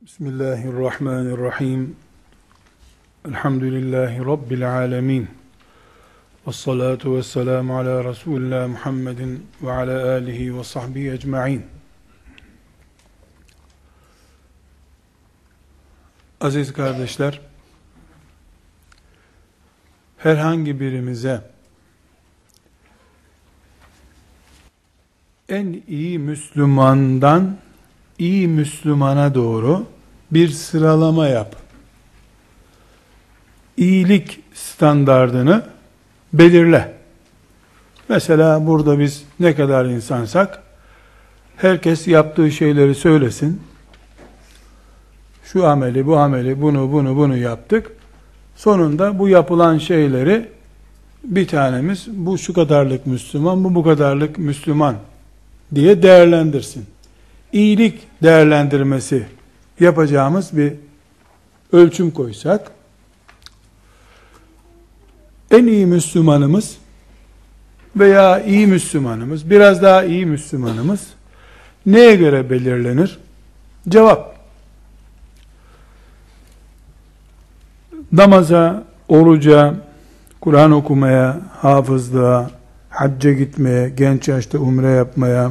Bismillahirrahmanirrahim. Elhamdülillahi Rabbil alemin. Vessalatu vesselamu ala Resulillah Muhammedin ve ala alihi ve sahbihi ecma'in. Aziz kardeşler, herhangi birimize en iyi Müslümandan iyi Müslümana doğru bir sıralama yap. İyilik standardını belirle. Mesela burada biz ne kadar insansak, herkes yaptığı şeyleri söylesin. Şu ameli, bu ameli, bunu yaptık. Sonunda bu yapılan şeyleri bir tanemiz, bu şu kadarlık Müslüman, bu kadarlık Müslüman diye değerlendirsin. İyilik değerlendirmesi yapacağımız bir ölçüm koysak, en iyi Müslümanımız veya iyi Müslümanımız, biraz daha iyi Müslümanımız neye göre belirlenir? Cevap: namaza, oruca, Kur'an okumaya, hafızlığa, hacca gitmeye, genç yaşta umre yapmaya,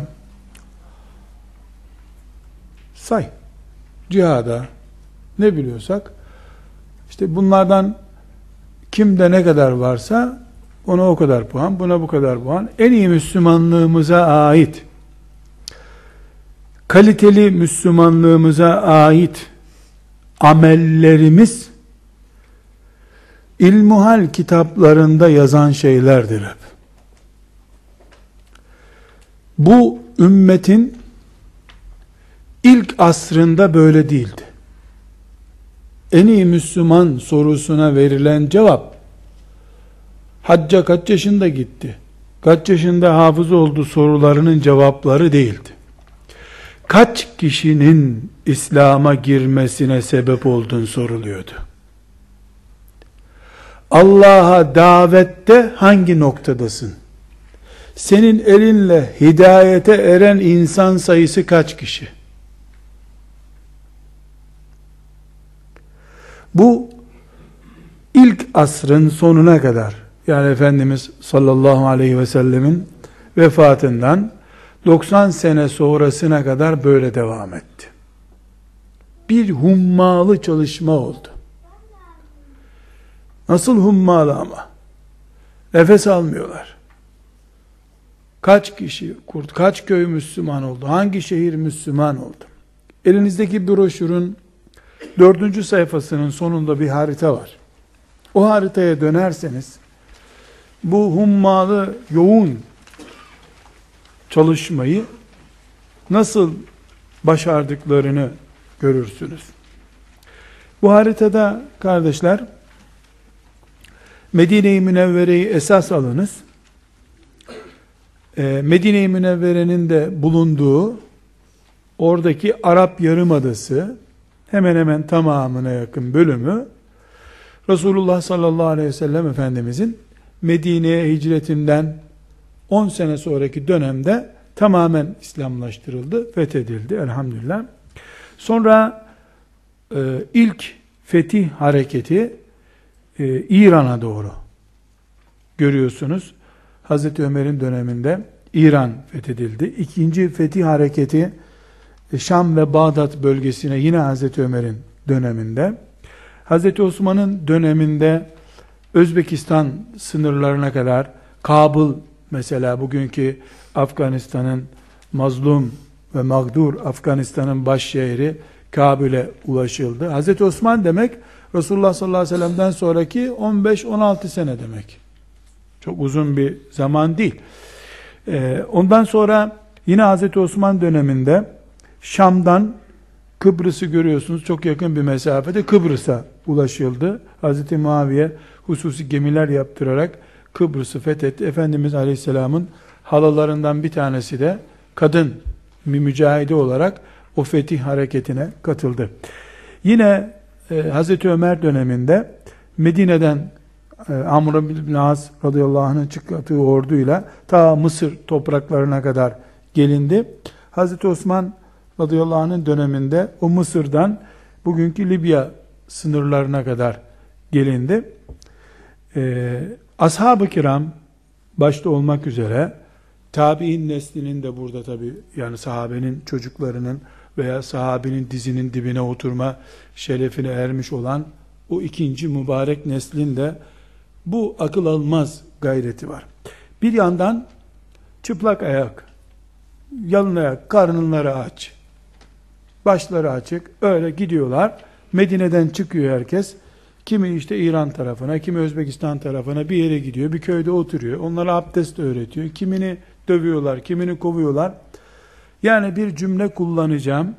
say, cihada, ne biliyorsak, işte bunlardan kimde ne kadar varsa ona o kadar puan, buna bu kadar puan. En iyi Müslümanlığımıza ait, kaliteli Müslümanlığımıza ait amellerimiz İlmuhal kitaplarında yazan şeylerdir hep. Bu ümmetin ilk asrında böyle değildi. En iyi Müslüman sorusuna verilen cevap, hacca kaç yaşında gitti, kaç yaşında hafız oldu sorularının cevapları değildi. Kaç kişinin İslam'a girmesine sebep oldun soruluyordu. Allah'a davette hangi noktadasın? Senin elinle hidayete eren insan sayısı kaç kişi? Bu ilk asrın sonuna kadar, yani Efendimiz sallallahu aleyhi ve sellemin vefatından 90 sene sonrasına kadar böyle devam etti. Bir hummalı çalışma oldu. Nasıl hummalı ama? Nefes almıyorlar. Kaç kişi, kaç köy Müslüman oldu? Hangi şehir Müslüman oldu? Elinizdeki broşürün 4. sayfasının sonunda bir harita var. O haritaya dönerseniz, bu hummalı, yoğun çalışmayı nasıl başardıklarını görürsünüz. Bu haritada kardeşler, Medine-i Münevvere'yi esas alınız. Medine-i Münevvere'nin de bulunduğu oradaki Arap Yarımadası, hemen hemen tamamına yakın bölümü, Resulullah sallallahu aleyhi ve sellem Efendimizin Medine'ye hicretinden 10 sene sonraki dönemde tamamen İslamlaştırıldı, fethedildi elhamdülillah. Sonra ilk fetih hareketi İran'a doğru görüyorsunuz. Hazreti Ömer'in döneminde İran fethedildi. İkinci fetih hareketi Şam ve Bağdat bölgesine yine Hazreti Ömer'in döneminde. Hazreti Osman'ın döneminde Özbekistan sınırlarına kadar, Kabul mesela, bugünkü Afganistan'ın mazlum ve mağdur Afganistan'ın baş şehri Kabil'e ulaşıldı. Hazreti Osman demek Resulullah sallallahu aleyhi ve sellem'den sonraki 15-16 sene demek. Çok uzun bir zaman değil. Ondan sonra yine Hazreti Osman döneminde Şam'dan Kıbrıs'ı görüyorsunuz, çok yakın bir mesafede Kıbrıs'a ulaşıldı. Hazreti Muaviye hususi gemiler yaptırarak Kıbrıs'ı fethetti. Efendimiz Aleyhisselam'ın halalarından bir tanesi de kadın mücahide olarak o fetih hareketine katıldı. Yine Hazreti Ömer döneminde Medine'den Amr bin As radıyallahu anh'ın çıkarttığı orduyla ta Mısır topraklarına kadar gelindi. Hazreti Osman radıyallahu anh'ın döneminde o Mısır'dan bugünkü Libya sınırlarına kadar gelindi. Ashab-ı kiram başta olmak üzere tabi'in neslinin de burada tabi, yani sahabenin çocuklarının veya sahabenin dizinin dibine oturma şerefine ermiş olan o ikinci mübarek neslin de bu akıl almaz gayreti var. Bir yandan çıplak ayak, yalın ayak, karnları aç, başları açık, öyle gidiyorlar. Medine'den çıkıyor herkes. Kimi işte İran tarafına, kimi Özbekistan tarafına bir yere gidiyor, bir köyde oturuyor. Onlara abdest öğretiyor. Kimini dövüyorlar, kimini kovuyorlar. Yani bir cümle kullanacağım.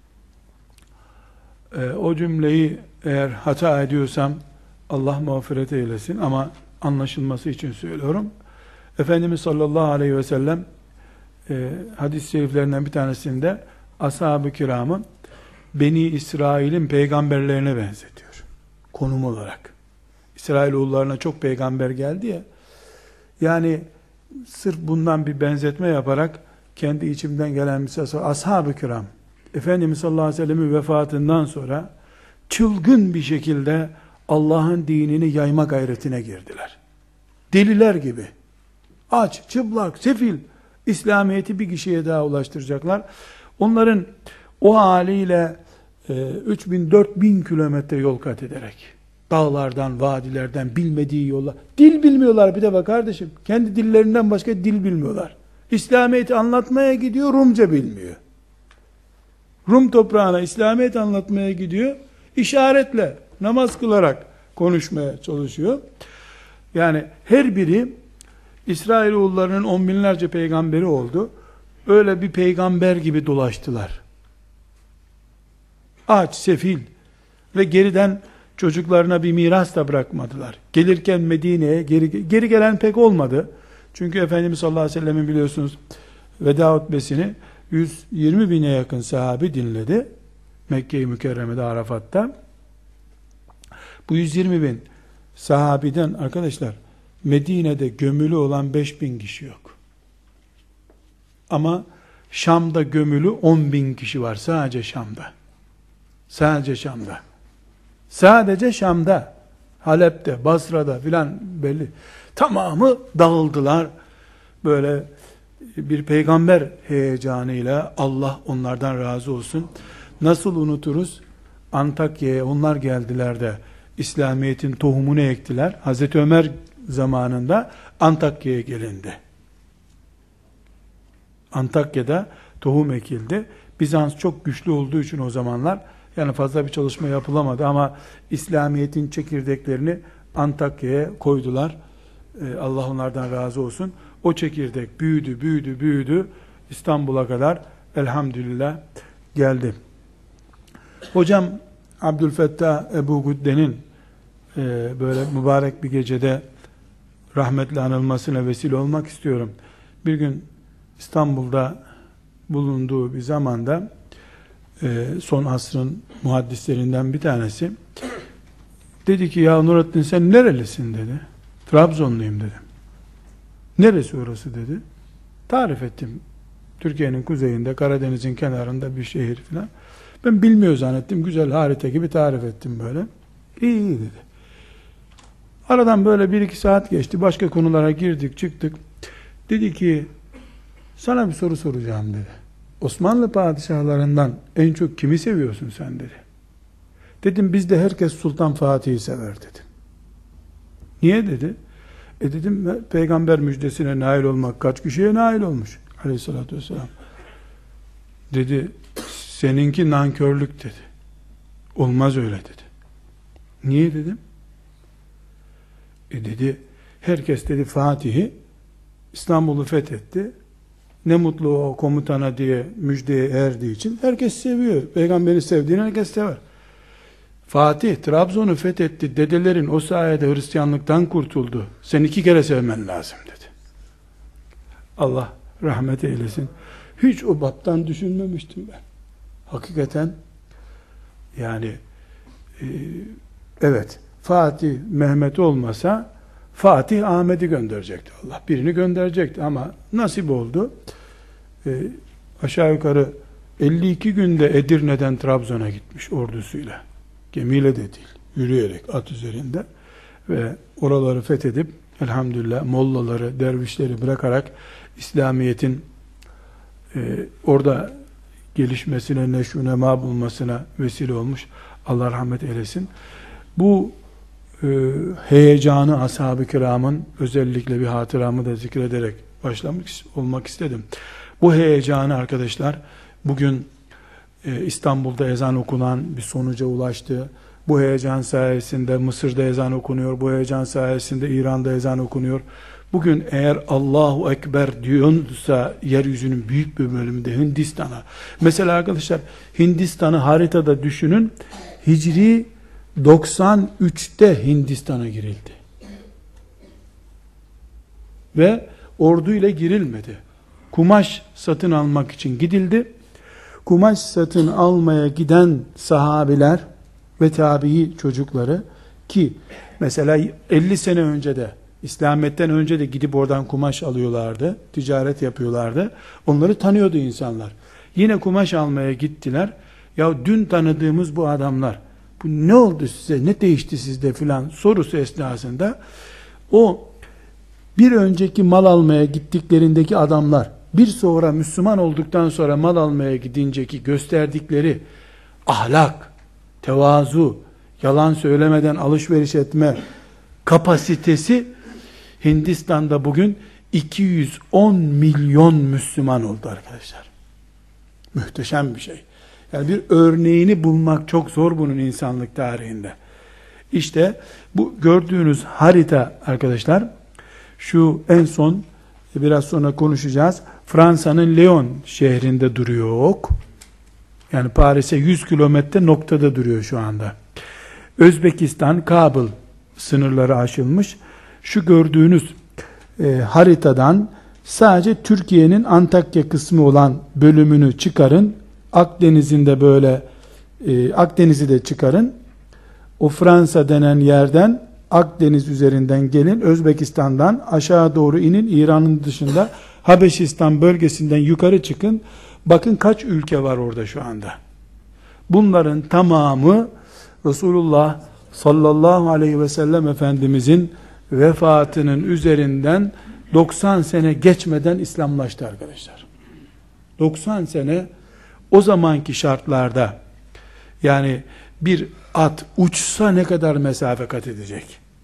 O cümleyi eğer hata ediyorsam Allah mağfiret eylesin, ama anlaşılması için söylüyorum. Efendimiz sallallahu aleyhi ve sellem hadis-i şeriflerinden bir tanesinde ashab-ı kiramı Beni İsrail'in peygamberlerine benzetiyor. Konum olarak. İsrailoğullarına çok peygamber geldi ya. Yani sırf bundan bir benzetme yaparak kendi içimden gelen bir ses var. Ashab-ı kiram Efendimiz sallallahu aleyhi ve sellem'in vefatından sonra çılgın bir şekilde Allah'ın dinini yayma gayretine girdiler. Deliler gibi. Aç, çıplak, sefil İslamiyet'i bir kişiye daha ulaştıracaklar. Onların o haliyle 3000-4000 kilometre yol kat ederek, dağlardan, vadilerden, bilmediği yolla, dil bilmiyorlar bir de bak kardeşim, kendi dillerinden başka dil bilmiyorlar. İslamiyet'i anlatmaya gidiyor, Rumca bilmiyor. Rum toprağına İslamiyet anlatmaya gidiyor, işaretle, namaz kılarak konuşmaya çalışıyor. Yani her biri İsrailoğullarının on binlerce peygamberi oldu. Öyle bir peygamber gibi dolaştılar. Aç, sefil ve geriden çocuklarına bir miras da bırakmadılar. Gelirken Medine'ye geri gelen pek olmadı. Çünkü Efendimiz sallallahu aleyhi ve sellem'in biliyorsunuz veda hutbesini 120 bine yakın sahabi dinledi. Mekke-i Mükerreme'de, Arafat'ta. Bu 120 bin sahabiden arkadaşlar Medine'de gömülü olan 5000 kişi yok. Ama Şam'da gömülü 10.000 kişi var sadece Şam'da. Sadece Şam'da. Sadece Şam'da. Halep'te, Basra'da filan belli. Tamamı dağıldılar. Böyle bir peygamber heyecanıyla, Allah onlardan razı olsun. Nasıl unuturuz? Antakya'ya onlar geldiler de İslamiyet'in tohumunu ektiler. Hazreti Ömer zamanında Antakya'ya gelindi. Antakya'da tohum ekildi. Bizans çok güçlü olduğu için o zamanlar yani fazla bir çalışma yapılamadı ama İslamiyet'in çekirdeklerini Antakya'ya koydular. Allah onlardan razı olsun. O çekirdek büyüdü. İstanbul'a kadar elhamdülillah geldi. Hocam Abdülfettah Ebu Gudde'nin böyle mübarek bir gecede rahmetle anılmasına vesile olmak istiyorum. Bir gün İstanbul'da bulunduğu bir zamanda son asrın muhaddislerinden bir tanesi dedi ki ya Nurattin sen nerelisin dedi. Trabzonluyum dedim. Neresi orası dedi. Tarif ettim. Türkiye'nin kuzeyinde, Karadeniz'in kenarında bir şehir filan. Ben bilmiyor zannettim. Güzel harita gibi tarif ettim böyle. İyi dedi. Aradan böyle 1-2 saat geçti. Başka konulara girdik çıktık. Dedi ki sana bir soru soracağım dedi. Osmanlı padişahlarından en çok kimi seviyorsun sen dedi. Dedim bizde herkes Sultan Fatih'i sever dedim. Niye dedi. Dedim peygamber müjdesine nail olmak kaç kişiye nail olmuş aleyhissalatü vesselam. Dedi seninki nankörlük dedi. Olmaz öyle dedi. Niye dedim. Dedi herkes dedi Fatih'i İstanbul'u fethetti. Ne mutlu o komutana diye müjdeye erdiği için herkes seviyor. Peygamberi sevdiğini herkes sever. Fatih Trabzon'u fethetti. Dedelerin o sayede Hristiyanlıktan kurtuldu. Sen 2 kere sevmen lazım dedi. Allah rahmet eylesin. Hiç o baptan düşünmemiştim ben. Hakikaten yani evet Fatih Mehmet olmasa Fatih Ahmet'i gönderecekti Allah. Birini gönderecekti ama nasip oldu. Aşağı yukarı 52 günde Edirne'den Trabzon'a gitmiş ordusuyla. Gemiyle de değil, yürüyerek, at üzerinde ve oraları fethedip elhamdülillah mollaları, dervişleri bırakarak İslamiyet'in orada gelişmesine, neşvünema bulmasına vesile olmuş. Allah rahmet eylesin. Bu heyecanı ashab-ı kiramın, özellikle bir hatıramı da zikrederek başlamış olmak istedim. Bu heyecanı arkadaşlar bugün İstanbul'da ezan okunan bir sonuca ulaştı. Bu heyecan sayesinde Mısır'da ezan okunuyor. Bu heyecan sayesinde İran'da ezan okunuyor. Bugün eğer Allahu Ekber diyorsa yeryüzünün büyük bir bölümünde Hindistan'a. Mesela arkadaşlar Hindistan'ı haritada düşünün. Hicri 93'te Hindistan'a girildi. Ve orduyla girilmedi. Kumaş satın almak için gidildi. Kumaş satın almaya giden sahabiler ve tabii çocukları, ki mesela 50 sene önce de, İslamiyet'ten önce de gidip oradan kumaş alıyorlardı, ticaret yapıyorlardı. Onları tanıyordu insanlar. Yine kumaş almaya gittiler. Ya dün tanıdığımız bu adamlar, bu ne oldu size, ne değişti sizde filan sorusu esnasında, o bir önceki mal almaya gittiklerindeki adamlar, bir sonra Müslüman olduktan sonra mal almaya gidinceki gösterdikleri ahlak, tevazu, yalan söylemeden alışveriş etme kapasitesi, Hindistan'da bugün 210 milyon Müslüman oldu arkadaşlar. Muhteşem bir şey. Yani bir örneğini bulmak çok zor bunun insanlık tarihinde. İşte bu gördüğünüz harita arkadaşlar, şu en son biraz sonra konuşacağız. Fransa'nın Lyon şehrinde duruyor ok. Yani Paris'e 100 kilometre noktada duruyor şu anda. Özbekistan, Kabul sınırları aşılmış. Şu gördüğünüz haritadan sadece Türkiye'nin Antakya kısmı olan bölümünü çıkarın. Akdeniz'in de böyle Akdeniz'i de çıkarın. O Fransa denen yerden Akdeniz üzerinden gelin, Özbekistan'dan aşağı doğru inin, İran'ın dışında Habeşistan bölgesinden yukarı çıkın. Bakın kaç ülke var orada şu anda. Bunların tamamı Resulullah sallallahu aleyhi ve sellem Efendimizin vefatının üzerinden 90 sene geçmeden İslamlaştı arkadaşlar. 90 sene o zamanki şartlarda, yani bir at uçsa ne kadar mesafe kat edecek?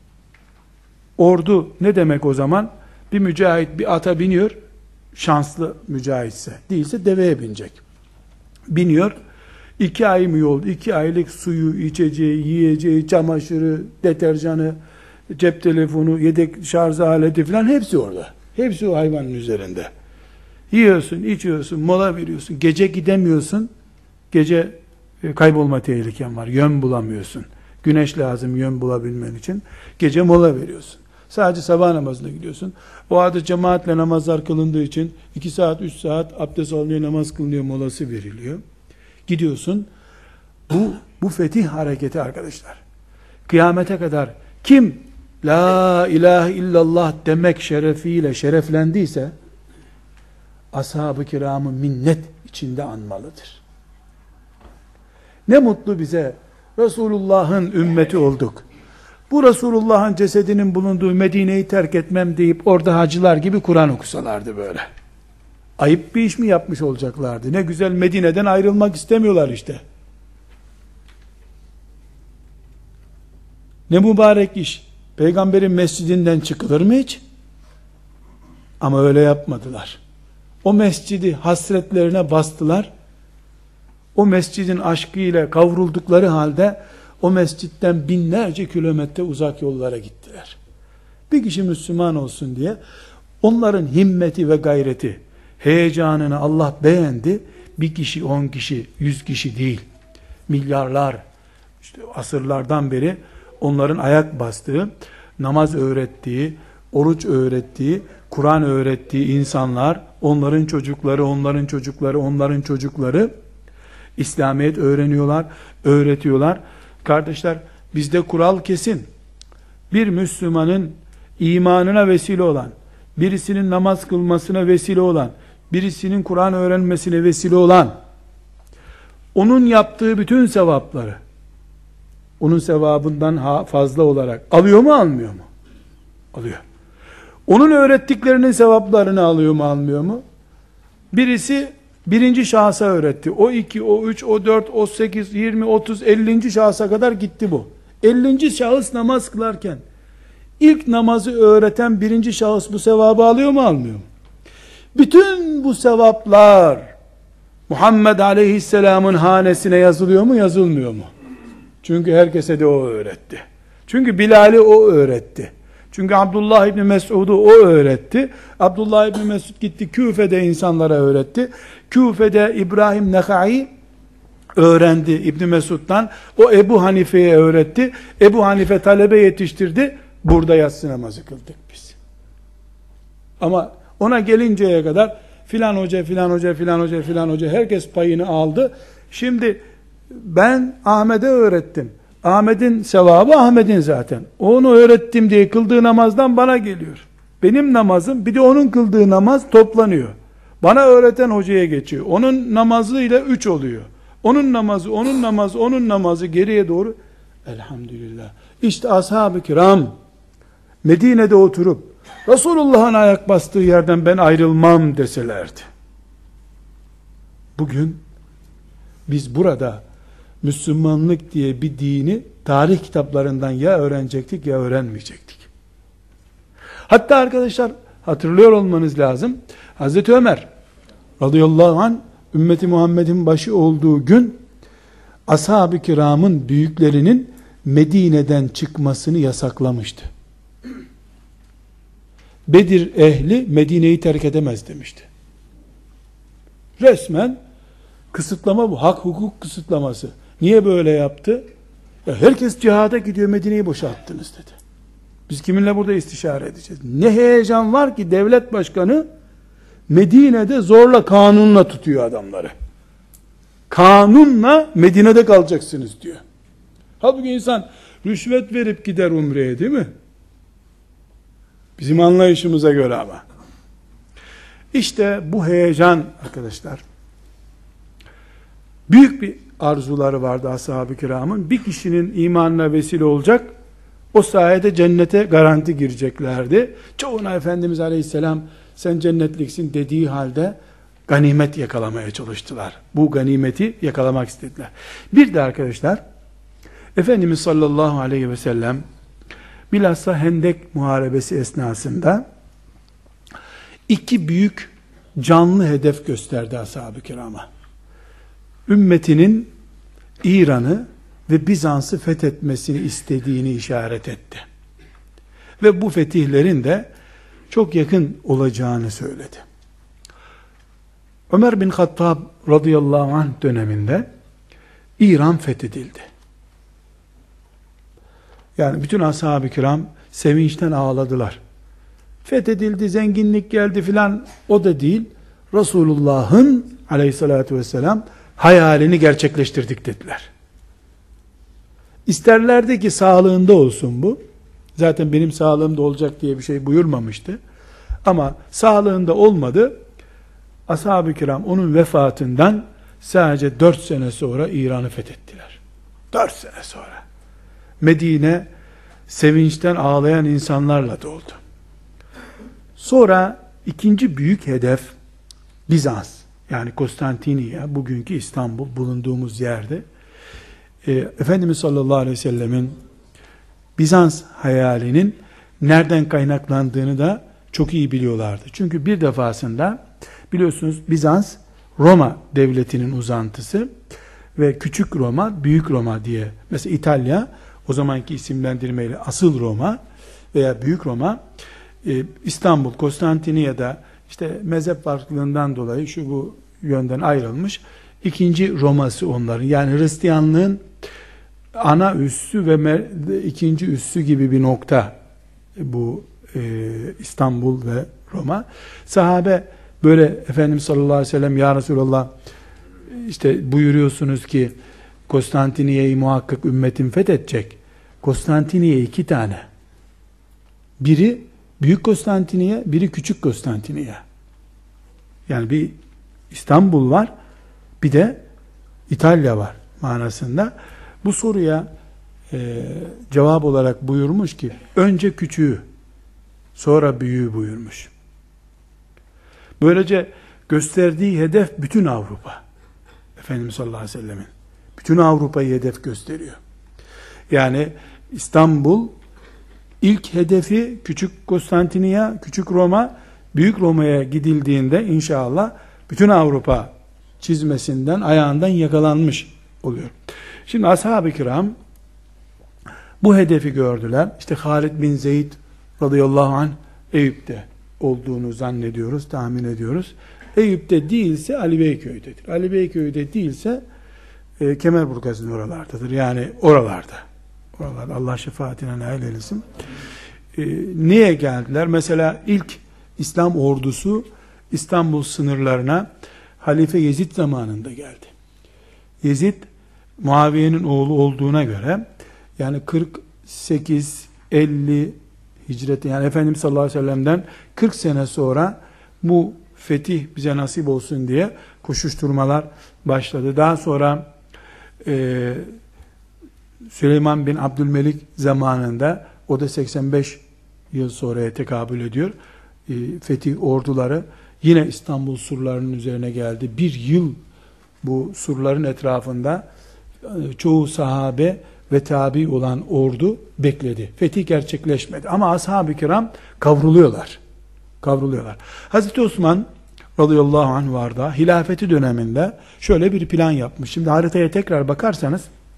Ordu ne demek o zaman? Bir mücahit bir ata biniyor, şanslı mücahitse, değilse deveye binecek. Biniyor, 2 ay mı yol, 2 aylık suyu, içeceği, yiyeceği, çamaşırı, deterjanı, cep telefonu, yedek şarj aleti falan hepsi orada. Hepsi o hayvanın üzerinde. Yiyorsun, içiyorsun, mola veriyorsun. Gece gidemiyorsun. Gece kaybolma tehliken var. Yön bulamıyorsun. Güneş lazım yön bulabilmen için. Gece mola veriyorsun. Sadece sabah namazına gidiyorsun. O arada cemaatle namazlar kılındığı için 2 saat, 3 saat abdest alınıyor, namaz kılınıyor, molası veriliyor. Gidiyorsun. Bu fetih hareketi arkadaşlar. Kıyamete kadar kim la ilahe illallah demek şerefiyle şereflendiyse, ashab-ı kiramı minnet içinde anmalıdır. Ne mutlu bize, Resulullah'ın ümmeti olduk. Bu Resulullah'ın cesedinin bulunduğu Medine'yi terk etmem deyip orada hacılar gibi Kur'an okusalardı böyle. Ayıp bir iş mi yapmış olacaklardı? Ne güzel, Medine'den ayrılmak istemiyorlar işte. Ne mübarek iş. Peygamberin mescidinden çıkılır mı hiç? Ama öyle yapmadılar. O mescidi hasretlerine bastılar. O mescidin aşkıyla kavruldukları halde o mescitten binlerce kilometre uzak yollara gittiler. Bir kişi Müslüman olsun diye onların himmeti ve gayreti, heyecanını Allah beğendi. Bir kişi, 10 kişi, 100 kişi değil. Milyarlar, işte asırlardan beri onların ayak bastığı, namaz öğrettiği, oruç öğrettiği, Kur'an öğrettiği insanlar, onların çocukları, onların çocukları, onların çocukları İslamiyet öğreniyorlar, öğretiyorlar. Kardeşler, bizde kural kesin. Bir Müslümanın imanına vesile olan, birisinin namaz kılmasına vesile olan, birisinin Kur'an öğrenmesine vesile olan onun yaptığı bütün sevapları onun sevabından fazla olarak alıyor mu, almıyor mu? Alıyor. Onun öğrettiklerinin sevaplarını alıyor mu, almıyor mu? Birisi birinci şahsa öğretti. O 2, o 3, o 4, o 8, 20, 30, 50. şahsa kadar gitti bu. 50. şahıs namaz kılarken ilk namazı öğreten birinci şahıs bu sevabı alıyor mu, almıyor mu? Bütün bu sevaplar Muhammed Aleyhisselam'ın hanesine yazılıyor mu, yazılmıyor mu? Çünkü herkese de o öğretti. Çünkü Bilal'i o öğretti. Çünkü Abdullah İbni Mesud'u o öğretti. Abdullah İbni Mesud gitti Küfe'de insanlara öğretti. Küfe'de İbrahim Nekha'i öğrendi İbni Mesud'dan. O Ebu Hanife'ye öğretti. Ebu Hanife talebe yetiştirdi. Burada yatsı namazı kıldık biz. Ama ona gelinceye kadar filan hoca, filan hoca, filan hoca, filan hoca herkes payını aldı. Şimdi ben Ahmet'e öğrettim. Ahmet'in sevabı Ahmet'in zaten. Onu öğrettim diye kıldığı namazdan bana geliyor. Benim namazım bir de onun kıldığı namaz toplanıyor. Bana öğreten hocaya geçiyor. Onun namazıyla 3 oluyor. Onun namazı, onun namazı, onun namazı geriye doğru. Elhamdülillah. İşte ashab-ı kiram Medine'de oturup Resulullah'ın ayak bastığı yerden ben ayrılmam deselerdi. Bugün biz burada Müslümanlık diye bir dini tarih kitaplarından ya öğrenecektik ya öğrenmeyecektik. Hatta arkadaşlar hatırlıyor olmanız lazım. Hazreti Ömer radıyallahu anh ümmeti Muhammed'in başı olduğu gün ashab-ı kiramın büyüklerinin Medine'den çıkmasını yasaklamıştı. Bedir ehli Medine'yi terk edemez demişti. Resmen kısıtlama bu. Hak hukuk kısıtlaması. Niye böyle yaptı? Ya herkes cihada gidiyor, Medine'yi boşalttınız dedi. Biz kiminle burada istişare edeceğiz? Ne heyecan var ki devlet başkanı Medine'de zorla kanunla tutuyor adamları. Kanunla Medine'de kalacaksınız diyor. Halbuki insan rüşvet verip gider umreye, değil mi? Bizim anlayışımıza göre ama. İşte bu heyecan arkadaşlar. Büyük bir arzuları vardı ashab-ı kiramın. Bir kişinin imanına vesile olacak. O sayede cennete garanti gireceklerdi. Çoğuna Efendimiz Aleyhisselam sen cennetliksin dediği halde ganimet yakalamaya çalıştılar. Bu ganimeti yakalamak istediler. Bir de arkadaşlar Efendimiz sallallahu aleyhi ve sellem bilhassa Hendek Muharebesi esnasında 2 büyük canlı hedef gösterdi ashab-ı kirama. Ümmetinin İran'ı ve Bizans'ı fethetmesini istediğini işaret etti. Ve bu fetihlerin de çok yakın olacağını söyledi. Ömer bin Hattab radıyallahu anh döneminde İran fethedildi. Yani bütün ashab-ı kiram sevinçten ağladılar. Fethedildi, zenginlik geldi filan, o da değil. Resulullah'ın aleyhissalatü vesselam hayalini gerçekleştirdik dediler. İsterlerdi ki sağlığında olsun bu. Zaten benim sağlığımda olacak diye bir şey buyurmamıştı. Ama sağlığında olmadı. Ashab-ı kiram onun vefatından sadece 4 sene sonra İran'ı fethettiler. 4 sene sonra. Medine sevinçten ağlayan insanlarla doldu. Sonra ikinci büyük hedef Bizans. Yani Konstantiniye, bugünkü İstanbul bulunduğumuz yerde. Efendimiz sallallahu aleyhi ve sellemin Bizans hayalinin nereden kaynaklandığını da çok iyi biliyorlardı. Çünkü bir defasında biliyorsunuz Bizans Roma devletinin uzantısı ve küçük Roma, büyük Roma diye. Mesela İtalya o zamanki isimlendirmeyle asıl Roma veya büyük Roma, İstanbul, Konstantiniye'de işte mezhep farklılığından dolayı şu bu yönden ayrılmış. İkinci Roma'sı onların. Yani Hristiyanlığın ana üssü ve ikinci üssü gibi bir nokta bu İstanbul ve Roma. Sahabe böyle Efendimiz sallallahu aleyhi ve sellem ya Resulallah işte buyuruyorsunuz ki Konstantiniye'yi muhakkak ümmetim fethedecek. Konstantiniye 2 tane. Biri Büyük Konstantiniye, biri Küçük Konstantiniye. Yani bir İstanbul var, bir de İtalya var manasında. Bu soruya cevap olarak buyurmuş ki önce küçüğü sonra büyüğü buyurmuş. Böylece gösterdiği hedef bütün Avrupa. Efendimiz sallallahu aleyhi ve sellemin. Bütün Avrupa'yı hedef gösteriyor. Yani İstanbul ilk hedefi küçük Konstantiniye, küçük Roma, büyük Roma'ya gidildiğinde inşallah bütün Avrupa çizmesinden, ayağından yakalanmış oluyor. Şimdi ashab-ı kiram bu hedefi gördüler. İşte Halid bin Zeyd radıyallahu anh Eyüp'te olduğunu zannediyoruz, tahmin ediyoruz. Eyüp'te değilse Ali Beyköy'dedir. Ali Beyköy'de değilse Kemerburgaz'ın oralardadır. Yani oralarda. Oralarda Allah şefaatine nail eylesin. Niye geldiler? Mesela ilk İslam ordusu İstanbul sınırlarına Halife Yezid zamanında geldi. Yezid Muaviye'nin oğlu olduğuna göre yani 48-50 hicret, yani Efendimiz sallallahu aleyhi ve sellem'den 40 sene sonra bu fetih bize nasip olsun diye koşuşturmalar başladı. Daha sonra Süleyman bin Abdülmelik zamanında, o da 85 yıl sonraya tekabül ediyor, fetih orduları yine İstanbul surlarının üzerine geldi. Bir yıl bu surların etrafında çoğu sahabe ve tabi olan ordu bekledi. Fetih gerçekleşmedi. Ama ashab-ı kiram kavruluyorlar. Hazreti Osman radıyallahu anh vardı. Hilafeti döneminde şöyle bir plan yapmış. Şimdi haritaya tekrar bakarsanız,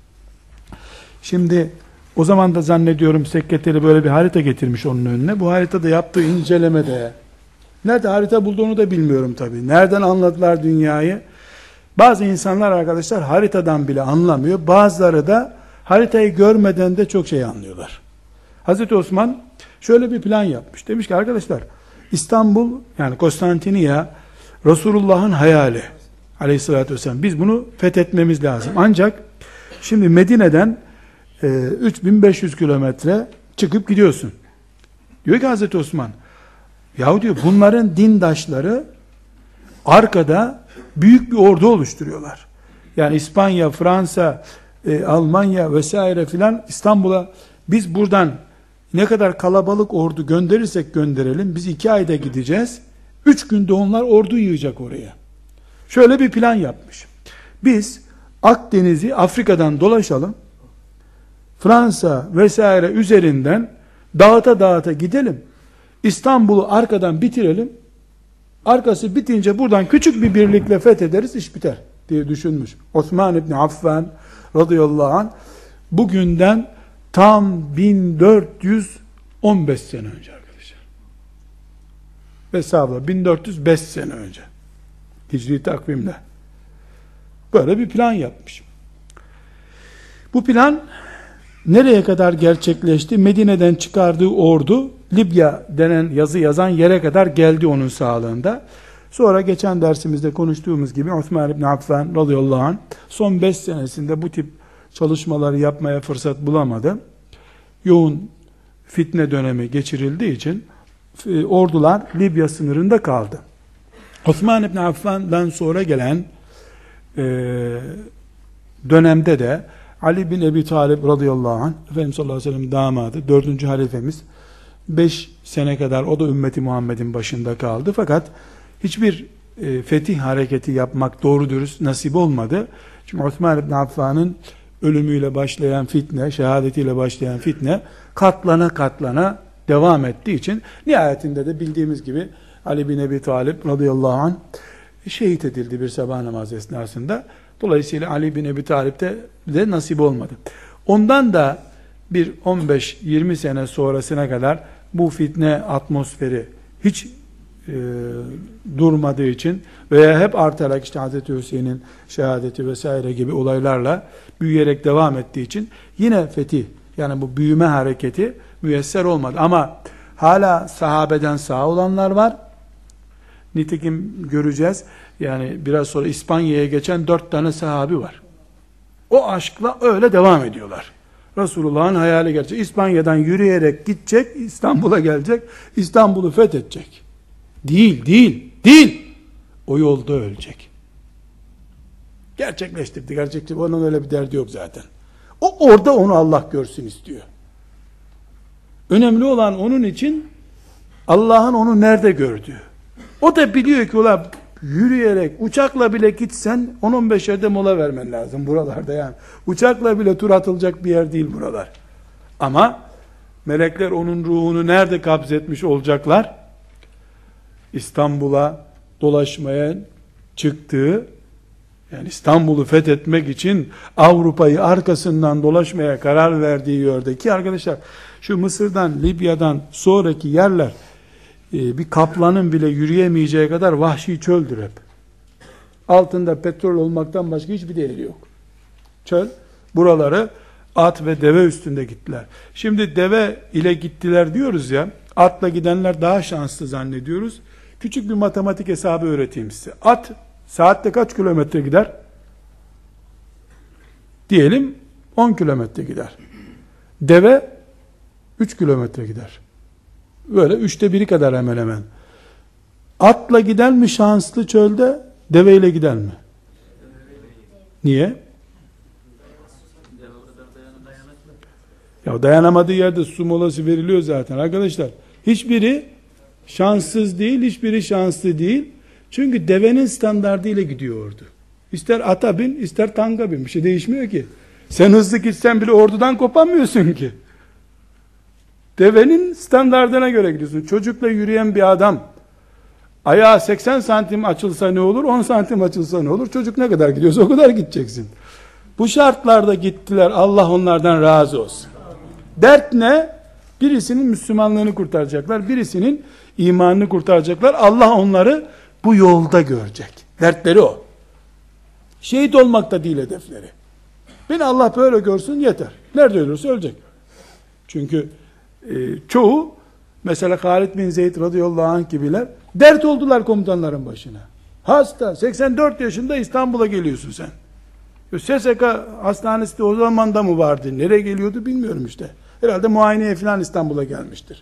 şimdi o zaman da zannediyorum sekreteri böyle bir harita getirmiş onun önüne. Bu haritada yaptığı incelemede, nerede harita bulduğunu da bilmiyorum tabii. Nereden anladılar dünyayı? Bazı insanlar arkadaşlar haritadan bile anlamıyor. Bazıları da haritayı görmeden de çok şey anlıyorlar. Hazreti Osman şöyle bir plan yapmış. Demiş ki arkadaşlar, İstanbul yani Konstantiniye Resulullah'ın hayali aleyhissalatü vesselam. Biz bunu fethetmemiz lazım. Ancak şimdi Medine'den 3500 kilometre çıkıp gidiyorsun. Diyor ki Hazreti Osman, yahu diyor bunların dindaşları arkada büyük bir ordu oluşturuyorlar. Yani İspanya, Fransa, Almanya vesaire filan İstanbul'a biz buradan ne kadar kalabalık ordu gönderirsek gönderelim, biz 2 ayda gideceğiz. 3 günde onlar ordu yığacak oraya. Şöyle bir plan yapmış. Biz Akdeniz'i Afrika'dan dolaşalım. Fransa vesaire üzerinden dağıta dağıta gidelim. İstanbul'u arkadan bitirelim. Arkası bitince buradan küçük bir birlikle fethederiz, iş biter diye düşünmüş. Osman İbni Affan radıyallahu anh bugünden tam 1415 sene önce arkadaşlar. Hesabla 1405 sene önce. Hicri takvimde. Böyle bir plan yapmış. Bu plan nereye kadar gerçekleşti? Medine'den çıkardığı ordu Libya denen yazı yazan yere kadar geldi onun sağlığında. Sonra geçen dersimizde konuştuğumuz gibi Osman İbni Affan radıyallahu anh son 5 senesinde bu tip çalışmaları yapmaya fırsat bulamadı. Yoğun fitne dönemi geçirildiği için ordular Libya sınırında kaldı. Osman İbni Affan'dan sonra gelen dönemde de Ali bin Ebi Talib radıyallahu anh, Efendimiz sallallahu aleyhi ve sellem damadı, 4. halifemiz, 5 sene kadar o da ümmeti Muhammed'in başında kaldı. Fakat hiçbir fetih hareketi yapmak doğru dürüst nasip olmadı. Çünkü Osman İbni Affan'ın ölümüyle başlayan fitne, şehadetiyle başlayan fitne katlana katlana devam ettiği için nihayetinde de bildiğimiz gibi Ali bin Ebi Talib radıyallahu anh şehit edildi bir sabah namazı esnasında. Dolayısıyla Ali bin Ebi Talib'de de nasip olmadı. Ondan da bir 15-20 sene sonrasına kadar bu fitne atmosferi hiç durmadığı için veya hep artarak işte Hazreti Hüseyin'in şehadeti vesaire gibi olaylarla büyüyerek devam ettiği için yine fetih, yani bu büyüme hareketi müyesser olmadı. Ama hala sahabeden sağ olanlar var. Nitekim göreceğiz. Yani biraz sonra İspanya'ya geçen 4 tane sahabi var. O aşkla öyle devam ediyorlar. Resulullah'ın hayali gerçek. İspanya'dan yürüyerek gidecek, İstanbul'a gelecek, İstanbul'u fethedecek. Değil. O yolda ölecek. Gerçekleştirdi. Onun öyle bir derdi yok zaten. O orada onu Allah görsün istiyor. Önemli olan onun için Allah'ın onu nerede gördüğü. O da biliyor ki ulan yürüyerek, uçakla bile gitsen 10-15 yerde mola vermen lazım buralarda yani. Uçakla bile tur atılacak bir yer değil buralar. Ama melekler onun ruhunu nerede kabzetmiş olacaklar? İstanbul'a dolaşmaya çıktığı, yani İstanbul'u fethetmek için Avrupa'yı arkasından dolaşmaya karar verdiği yerdeki arkadaşlar, şu Mısır'dan, Libya'dan sonraki yerler bir kaplanın bile yürüyemeyeceği kadar vahşi çöldür hep. Altında petrol olmaktan başka hiçbir değeri yok. Çöl. Buraları at ve deve üstünde gittiler. Şimdi deve ile gittiler diyoruz ya, atla gidenler daha şanslı zannediyoruz. Küçük bir matematik hesabı öğreteyim size. At saatte kaç kilometre gider? Diyelim 10 kilometre gider. Deve 3 kilometre gider. Böyle 1/3 kadar hemen hemen. Atla giden mi şanslı çölde, deveyle giden mi? Niye? Ya dayanamadığı yerde su molası veriliyor zaten arkadaşlar. Hiçbiri şanssız değil, hiçbiri şanslı değil. Çünkü devenin standardıyla gidiyordu. İster ata bin, ister tanka bin. Bir şey değişmiyor ki. Sen hızlı gitsen bile ordudan kopamıyorsun ki. Devenin standardına göre gidiyorsun. Çocukla yürüyen bir adam, ayağı 80 santim açılsa ne olur, 10 santim açılsa ne olur? Çocuk ne kadar gidiyorsa o kadar gideceksin. Bu şartlarda gittiler. Allah onlardan razı olsun. Dert ne? Birisinin Müslümanlığını kurtaracaklar, birisinin imanını kurtaracaklar. Allah onları bu yolda görecek. Dertleri o. Şehit olmak da değil hedefleri. Beni Allah böyle görsün yeter. Nerede ölürse ölecek. Çünkü çoğu, mesela Halid bin Zeyd radıyallahu anh gibiler, dert oldular komutanların başına. Hasta, 84 yaşında İstanbul'a geliyorsun sen. SSK hastanesi de o zaman da mı vardı? Nereye geliyordu bilmiyorum işte. Herhalde muayeneye falan İstanbul'a gelmiştir.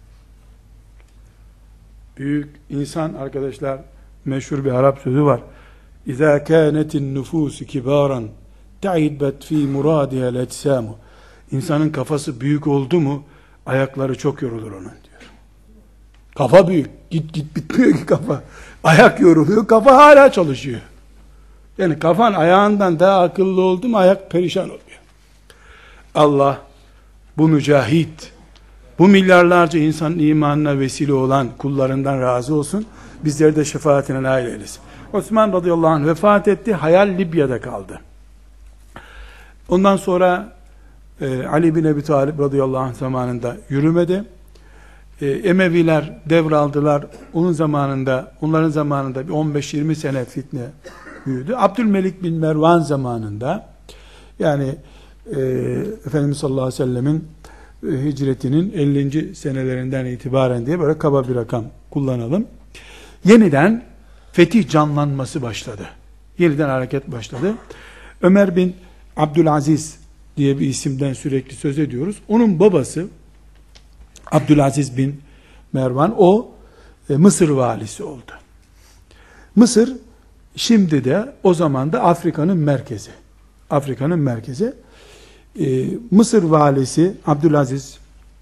Büyük insan arkadaşlar, meşhur bir Arap sözü var. İzâ kânetin nüfûsü kibâran te'idbet fî murâdihel etsâmu. İnsanın kafası büyük oldu mu ayakları çok yorulur onun diyor. Kafa büyük. Git bitmiyor ki kafa. Ayak yoruluyor, kafa hala çalışıyor. Yani kafan ayağından daha akıllı oldu mu ayak perişan oluyor. Allah bu mücahit, bu milyarlarca insanın imanına vesile olan kullarından razı olsun. Bizleri de şefaatine nail eylesin. Osman radıyallahu anh vefat etti. Hayal Libya'da kaldı. Ondan sonra Ali bin Ebi Talib radıyallahu anh zamanında yürümedi. Emeviler devraldılar. Onların zamanında bir 15-20 sene fitne büyüdü. Abdülmelik bin Mervan zamanında, yani Efendimiz sallallahu aleyhi ve sellemin hicretinin 50. senelerinden itibaren diye böyle kaba bir rakam kullanalım. Yeniden fetih canlanması başladı. Yeniden hareket başladı. Ömer bin Abdülaziz diye bir isimden sürekli söz ediyoruz. Onun babası Abdülaziz bin Mervan, o Mısır valisi oldu. Mısır şimdi de o zaman da Afrika'nın merkezi. Afrika'nın merkezi. Mısır valisi Abdülaziz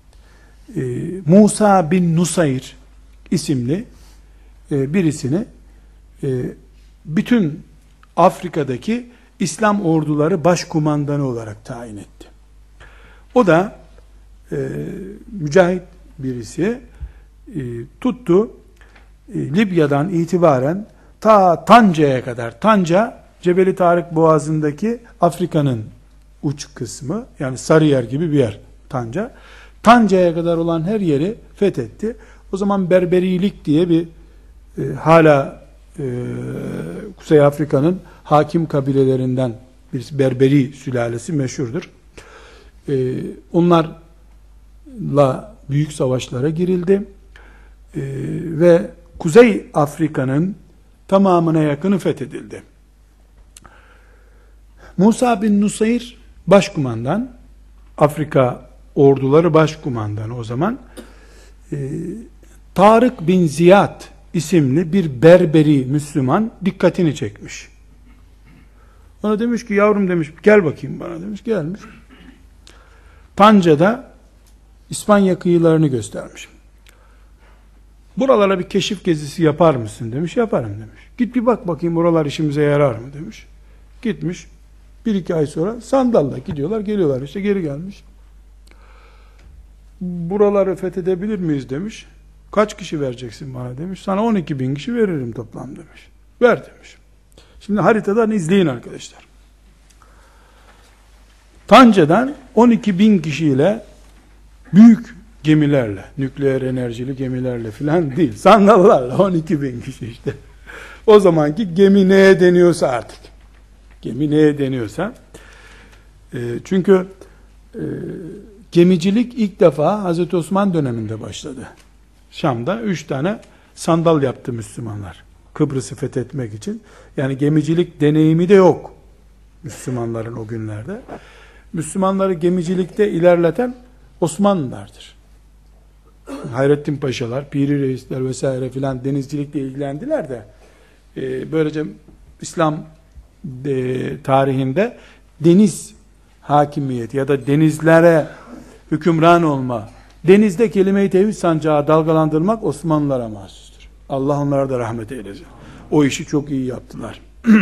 Musa bin Nusayr isimli birisini bütün Afrika'daki İslam orduları başkumandanı olarak tayin etti. O da mücahit birisi, tuttu Libya'dan itibaren ta Tanca'ya kadar. Tanca, Cebeli Tarık Boğazı'ndaki Afrika'nın uç kısmı, yani Sarıyer gibi bir yer Tanca. Tanca'ya kadar olan her yeri fethetti. O zaman Berberilik diye bir hala Kuzey Afrika'nın hakim kabilelerinden birisi, Berberi sülalesi meşhurdur. Onlarla büyük savaşlara girildi. Ve Kuzey Afrika'nın tamamına yakını fethedildi. Musa bin Nusayr başkumandan, Afrika orduları başkumandanı o zaman. Tarık bin Ziyad isimli bir Berberi Müslüman dikkatini çekmiş. Ona demiş ki yavrum demiş gel bakayım bana demiş. Gelmiş. Panca'da İspanya kıyılarını göstermiş. Buralara bir keşif gezisi yapar mısın demiş. Yaparım demiş. Git bir bak bakayım buralar işimize yarar mı demiş. Gitmiş. 1-2 ay sonra sandalla gidiyorlar geliyorlar işte geri gelmiş. Buraları fethedebilir miyiz demiş. Kaç kişi vereceksin bana demiş. Sana 12.000 kişi veririm toplam demiş. Ver demiş. Şimdi haritadan izleyin arkadaşlar. Panca'dan 12.000 kişiyle büyük gemilerle, nükleer enerjili gemilerle filan değil, sandallarla 12.000 kişi işte. O zamanki gemi neye deniyorsa artık. Gemi neye deniyorsa. Çünkü gemicilik ilk defa Hazreti Osman döneminde başladı. Şam'da 3 tane sandal yaptı Müslümanlar. Kıbrıs'ı fethetmek için. Yani gemicilik deneyimi de yok Müslümanların o günlerde. Müslümanları gemicilikte ilerleten Osmanlılardır. Hayrettin Paşalar, Piri Reisler vesaire filan denizcilikle ilgilendiler de böylece İslam tarihinde deniz hakimiyeti ya da denizlere hükümran olma, denizde kelime-i tevhid sancağı dalgalandırmak Osmanlılara mahsustur. Allah onlara da rahmet eylesin. O işi çok iyi yaptılar.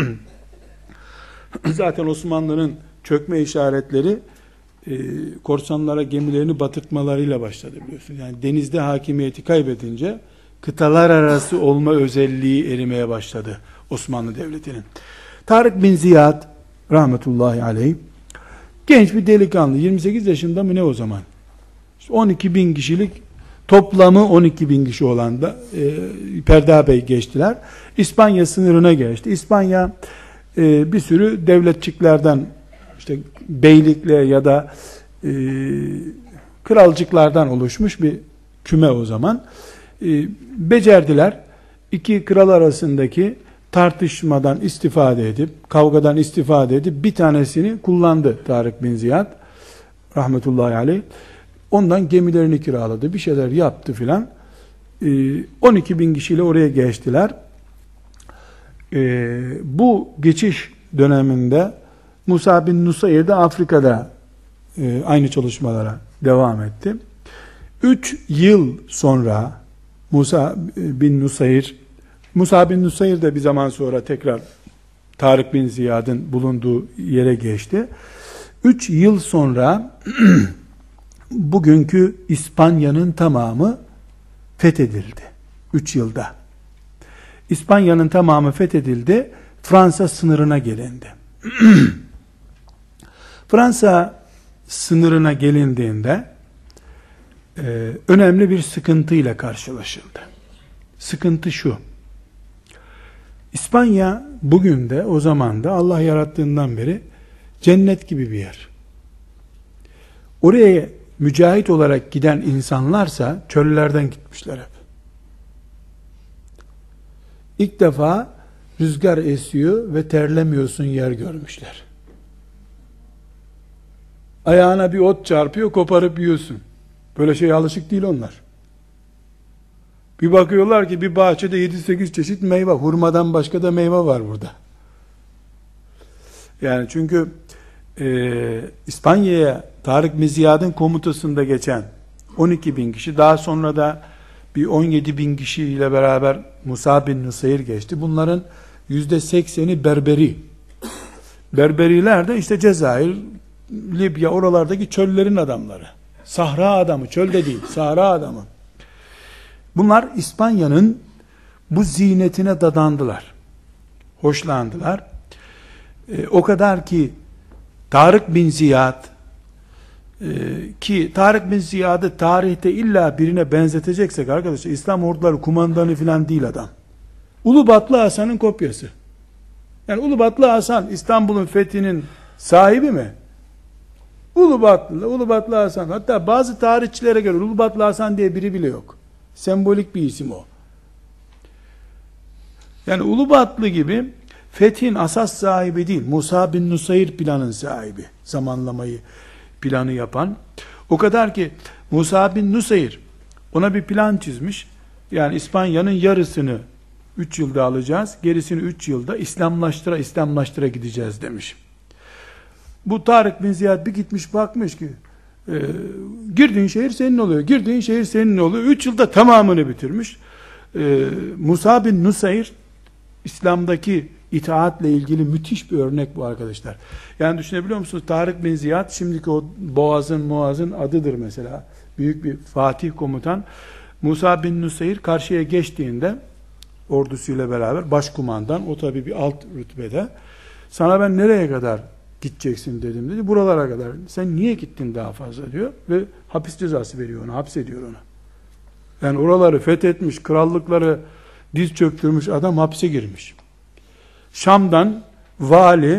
Zaten Osmanlı'nın çökme işaretleri korsanlara gemilerini batırtmalarıyla başladı biliyorsunuz. Yani denizde hakimiyeti kaybedince kıtalar arası olma özelliği erimeye başladı Osmanlı Devleti'nin. Tarık bin Ziyad rahmetullahi aleyh genç bir delikanlı, 28 yaşında mı ne o zaman? İşte 12.000 kişilik toplamı 12.000 kişi olan da Perda Bey geçtiler. İspanya sınırına geçti. İspanya bir sürü devletçiklerden, işte beylikle ya da kralcıklardan oluşmuş bir küme o zaman. Becerdiler. İki kral arasındaki tartışmadan istifade edip, kavgadan istifade edip bir tanesini kullandı Tarık bin Ziyad rahmetullahi aleyh. Ondan gemilerini kiraladı. Bir şeyler yaptı filan. 12.000 kişiyle oraya geçtiler. Bu geçiş döneminde Musa bin Nusayr de Afrika'da aynı çalışmalara devam etti. 3 yıl sonra Musa bin Nusayr de bir zaman sonra tekrar Tarık bin Ziyad'ın bulunduğu yere geçti. 3 yıl sonra bugünkü İspanya'nın tamamı fethedildi. 3 yılda. İspanya'nın tamamı fethedildi. Fransa sınırına gelindi. Fransa sınırına gelindiğinde önemli bir sıkıntıyla karşılaşıldı. Sıkıntı şu: İspanya bugün de o zaman da Allah yarattığından beri cennet gibi bir yer. Oraya mücahit olarak giden insanlarsa çöllerden gitmişler hep. İlk defa rüzgar esiyor ve terlemiyorsun yer görmüşler. Ayağına bir ot çarpıyor, koparıp yiyorsun. Böyle şeye alışık değil onlar. Bir bakıyorlar ki bir bahçede 7-8 çeşit meyve, hurmadan başka da meyve var burada. Yani çünkü İspanya'ya Tarık bin Ziyad'ın komutasında geçen 12.000 kişi, daha sonra da bir 17.000 kişiyle beraber Musa bin Nusayr geçti. Bunların %80'i Berberi. Berberiler de işte Cezayir, Libya, oralardaki çöllerin adamları. Sahra adamı, çölde değil, sahra adamı. Bunlar İspanya'nın bu ziynetine dadandılar. Hoşlandılar. O kadar ki Tarık bin Ziyad, ki Tarık bin Ziyad'ı tarihte illa birine benzeteceksek arkadaşlar, İslam orduları kumandanı falan değil adam. Ulubatlı Hasan'ın kopyası. Yani Ulubatlı Hasan İstanbul'un fethinin sahibi mi? Ulubatlı Hasan. Hatta bazı tarihçilere göre Ulubatlı Hasan diye biri bile yok. Sembolik bir isim o. Yani Ulubatlı gibi fethin asas sahibi değil. Musa bin Nusayr planın sahibi. Zamanlamayı, planı yapan. O kadar ki Musa bin Nusayr ona bir plan çizmiş. Yani İspanya'nın yarısını 3 yılda alacağız. Gerisini 3 yılda İslamlaştıra gideceğiz demiş. Bu Tarık bin Ziyad bir gitmiş bakmış ki girdiğin şehir senin oluyor. Girdiğin şehir senin oluyor. 3 yılda tamamını bitirmiş. Musa bin Nusayr İslam'daki itaatle ilgili müthiş bir örnek bu arkadaşlar. Yani düşünebiliyor musunuz? Tarık bin Ziyad şimdiki o Boğaz'ın adıdır mesela. Büyük bir Fatih komutan. Musa bin Nusayr karşıya geçtiğinde ordusuyla beraber başkumandan, o tabi bir alt rütbede, sana ben nereye kadar gideceksin dedim dedi. Buralara kadar. Sen niye gittin daha fazla diyor ve hapis cezası veriyor ona, hapsediyor onu. Yani oraları fethetmiş, krallıkları diz çöktürmüş adam hapse girmiş. Şam'dan vali,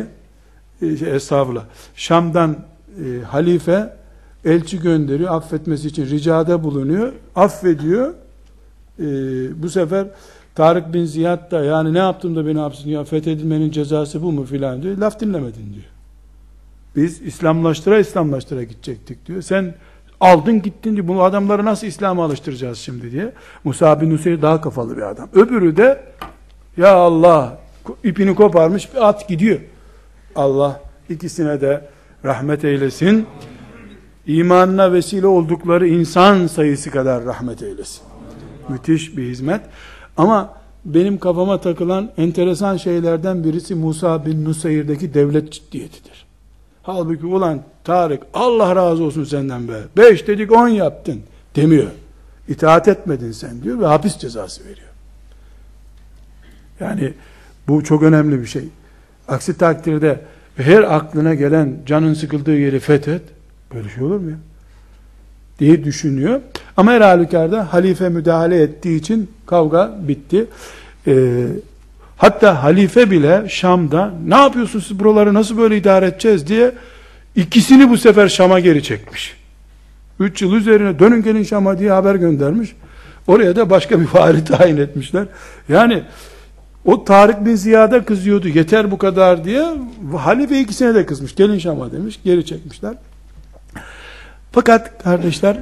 Şam'dan halife elçi gönderiyor, affetmesi için ricada bulunuyor, affediyor. Bu sefer Tarık bin Ziyad da yani ne yaptım da beni hapsediyor, fethedilmenin cezası bu mu filan diyor. Laf dinlemedin diyor. Biz İslamlaştıra gidecektik diyor. Sen aldın gittin diyor. Bu adamları nasıl İslam'a alıştıracağız şimdi diye. Musa bin Nusayr daha kafalı bir adam. Öbürü de ya Allah ipini koparmış bir at gidiyor. Allah ikisine de rahmet eylesin. İmanına vesile oldukları insan sayısı kadar rahmet eylesin. Müthiş bir hizmet. Ama benim kafama takılan enteresan şeylerden birisi Musa bin Nusayr'deki devlet ciddiyetidir. Halbuki ulan Tarık Allah razı olsun senden be. 5 dedik 10 yaptın demiyor. İtaat etmedin sen diyor ve hapis cezası veriyor. Yani bu çok önemli bir şey. Aksi takdirde her aklına gelen canın sıkıldığı yeri fethet. Böyle şey olur mu ya? Diye düşünüyor. Ama her halükarda halife müdahale ettiği için kavga bitti. Hatta halife bile Şam'da ne yapıyorsunuz siz buraları nasıl böyle idare edeceğiz diye ikisini bu sefer Şam'a geri çekmiş. 3 yıl üzerine dönün gelin Şam'a diye haber göndermiş. Oraya da başka bir vali tayin etmişler. Yani o Tarık bin Ziyad'a kızıyordu yeter bu kadar diye, halife ikisine de kızmış. Gelin Şam'a demiş, geri çekmişler. Fakat kardeşler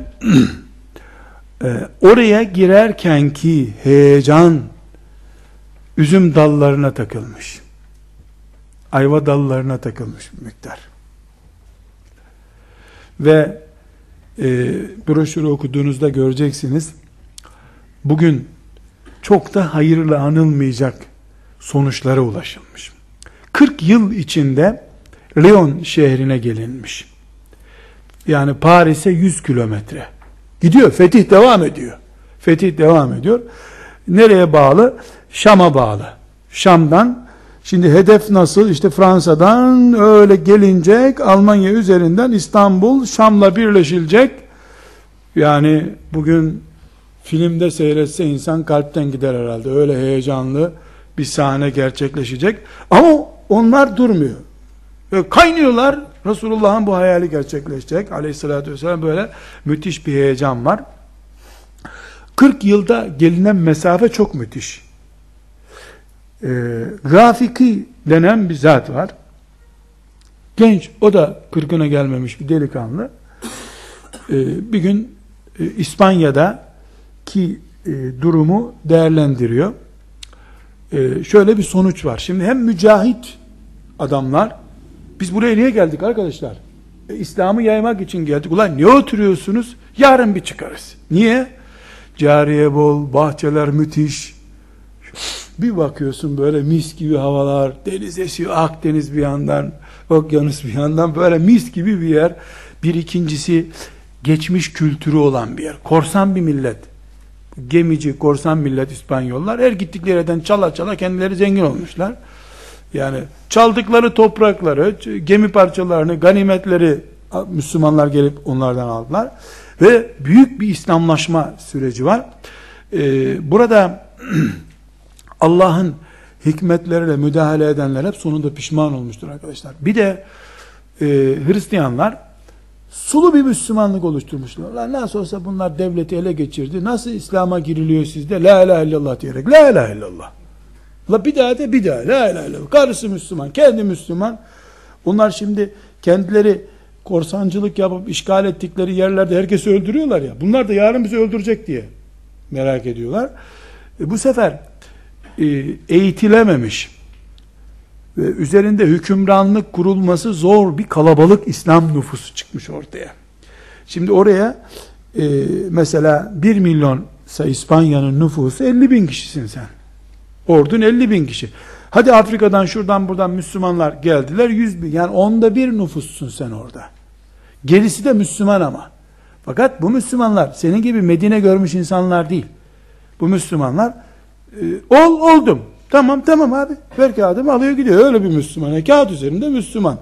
oraya girerkenki heyecan üzüm dallarına takılmış. Ayva dallarına takılmış bir miktar. Ve broşürü okuduğunuzda göreceksiniz. Bugün çok da hayırlı anılmayacak sonuçlara ulaşılmış. 40 yıl içinde Lyon şehrine gelinmiş. Yani Paris'e 100 kilometre. Gidiyor, fetih devam ediyor. Fetih devam ediyor. Nereye bağlı? Şam'a bağlı. Şam'dan, şimdi hedef nasıl? İşte Fransa'dan öyle gelinecek, Almanya üzerinden İstanbul, Şam'la birleşilecek. Yani bugün filmde seyretse insan kalpten gider herhalde. Öyle heyecanlı bir sahne gerçekleşecek. Ama onlar durmuyor. Kaynıyorlar. Resulullah'ın bu hayali gerçekleşecek. Aleyhissalatü vesselam, böyle müthiş bir heyecan var. 40 yılda gelinen mesafe çok müthiş. Rafiki denen bir zat var. Genç, o da 40'ına gelmemiş bir delikanlı. Bir gün İspanya'daki durumu değerlendiriyor. Şöyle bir sonuç var. Şimdi hem mücahit adamlar, biz buraya niye geldik arkadaşlar? İslam'ı yaymak için geldik. Ulan niye oturuyorsunuz? Yarın bir çıkarız. Niye? Cariye bol, bahçeler müthiş. Bir bakıyorsun böyle mis gibi havalar, deniz esiyor, Akdeniz bir yandan, okyanus bir yandan, böyle mis gibi bir yer. Bir ikincisi, geçmiş kültürü olan bir yer. Korsan bir millet. Gemici, korsan millet İspanyollar. Her gittikleri yerden çala çala kendileri zengin olmuşlar. Yani çaldıkları toprakları, gemi parçalarını, ganimetleri Müslümanlar gelip onlardan aldılar. Ve büyük bir İslamlaşma süreci var. Burada Allah'ın hikmetleriyle müdahale edenler hep sonunda pişman olmuştur arkadaşlar. Bir de Hristiyanlar sulu bir Müslümanlık oluşturmuşlar. Lan nasıl olsa bunlar devleti ele geçirdi. Nasıl İslam'a giriliyor sizde? La ilahe illallah diyerek. La ilahe illallah. La bir daha la ilahe illallah. Karısı Müslüman, kendi Müslüman. Onlar şimdi kendileri korsancılık yapıp işgal ettikleri yerlerde herkesi öldürüyorlar ya. Bunlar da yarın bizi öldürecek diye merak ediyorlar. Bu sefer eğitilememiş ve üzerinde hükümranlık kurulması zor bir kalabalık İslam nüfusu çıkmış ortaya. Şimdi oraya mesela 1 milyonsa İspanya'nın nüfusu 50 bin kişisin sen. Ordun 50 bin kişi. Hadi Afrika'dan şuradan buradan Müslümanlar geldiler 100 bin. Yani 1/10 nüfussun sen orada. Gerisi de Müslüman ama. Fakat bu Müslümanlar senin gibi Medine görmüş insanlar değil. Bu Müslümanlar oldum. Tamam abi. Ver kağıdımı alıyor gidiyor. Öyle bir Müslüman. Kağıt üzerinde Müslüman.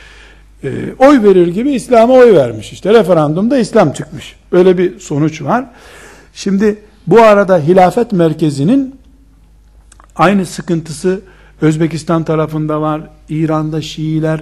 Oy verir gibi İslam'a oy vermiş. İşte referandumda İslam çıkmış. Öyle bir sonuç var. Şimdi bu arada hilafet merkezinin aynı sıkıntısı Özbekistan tarafında var. İran'da Şiiler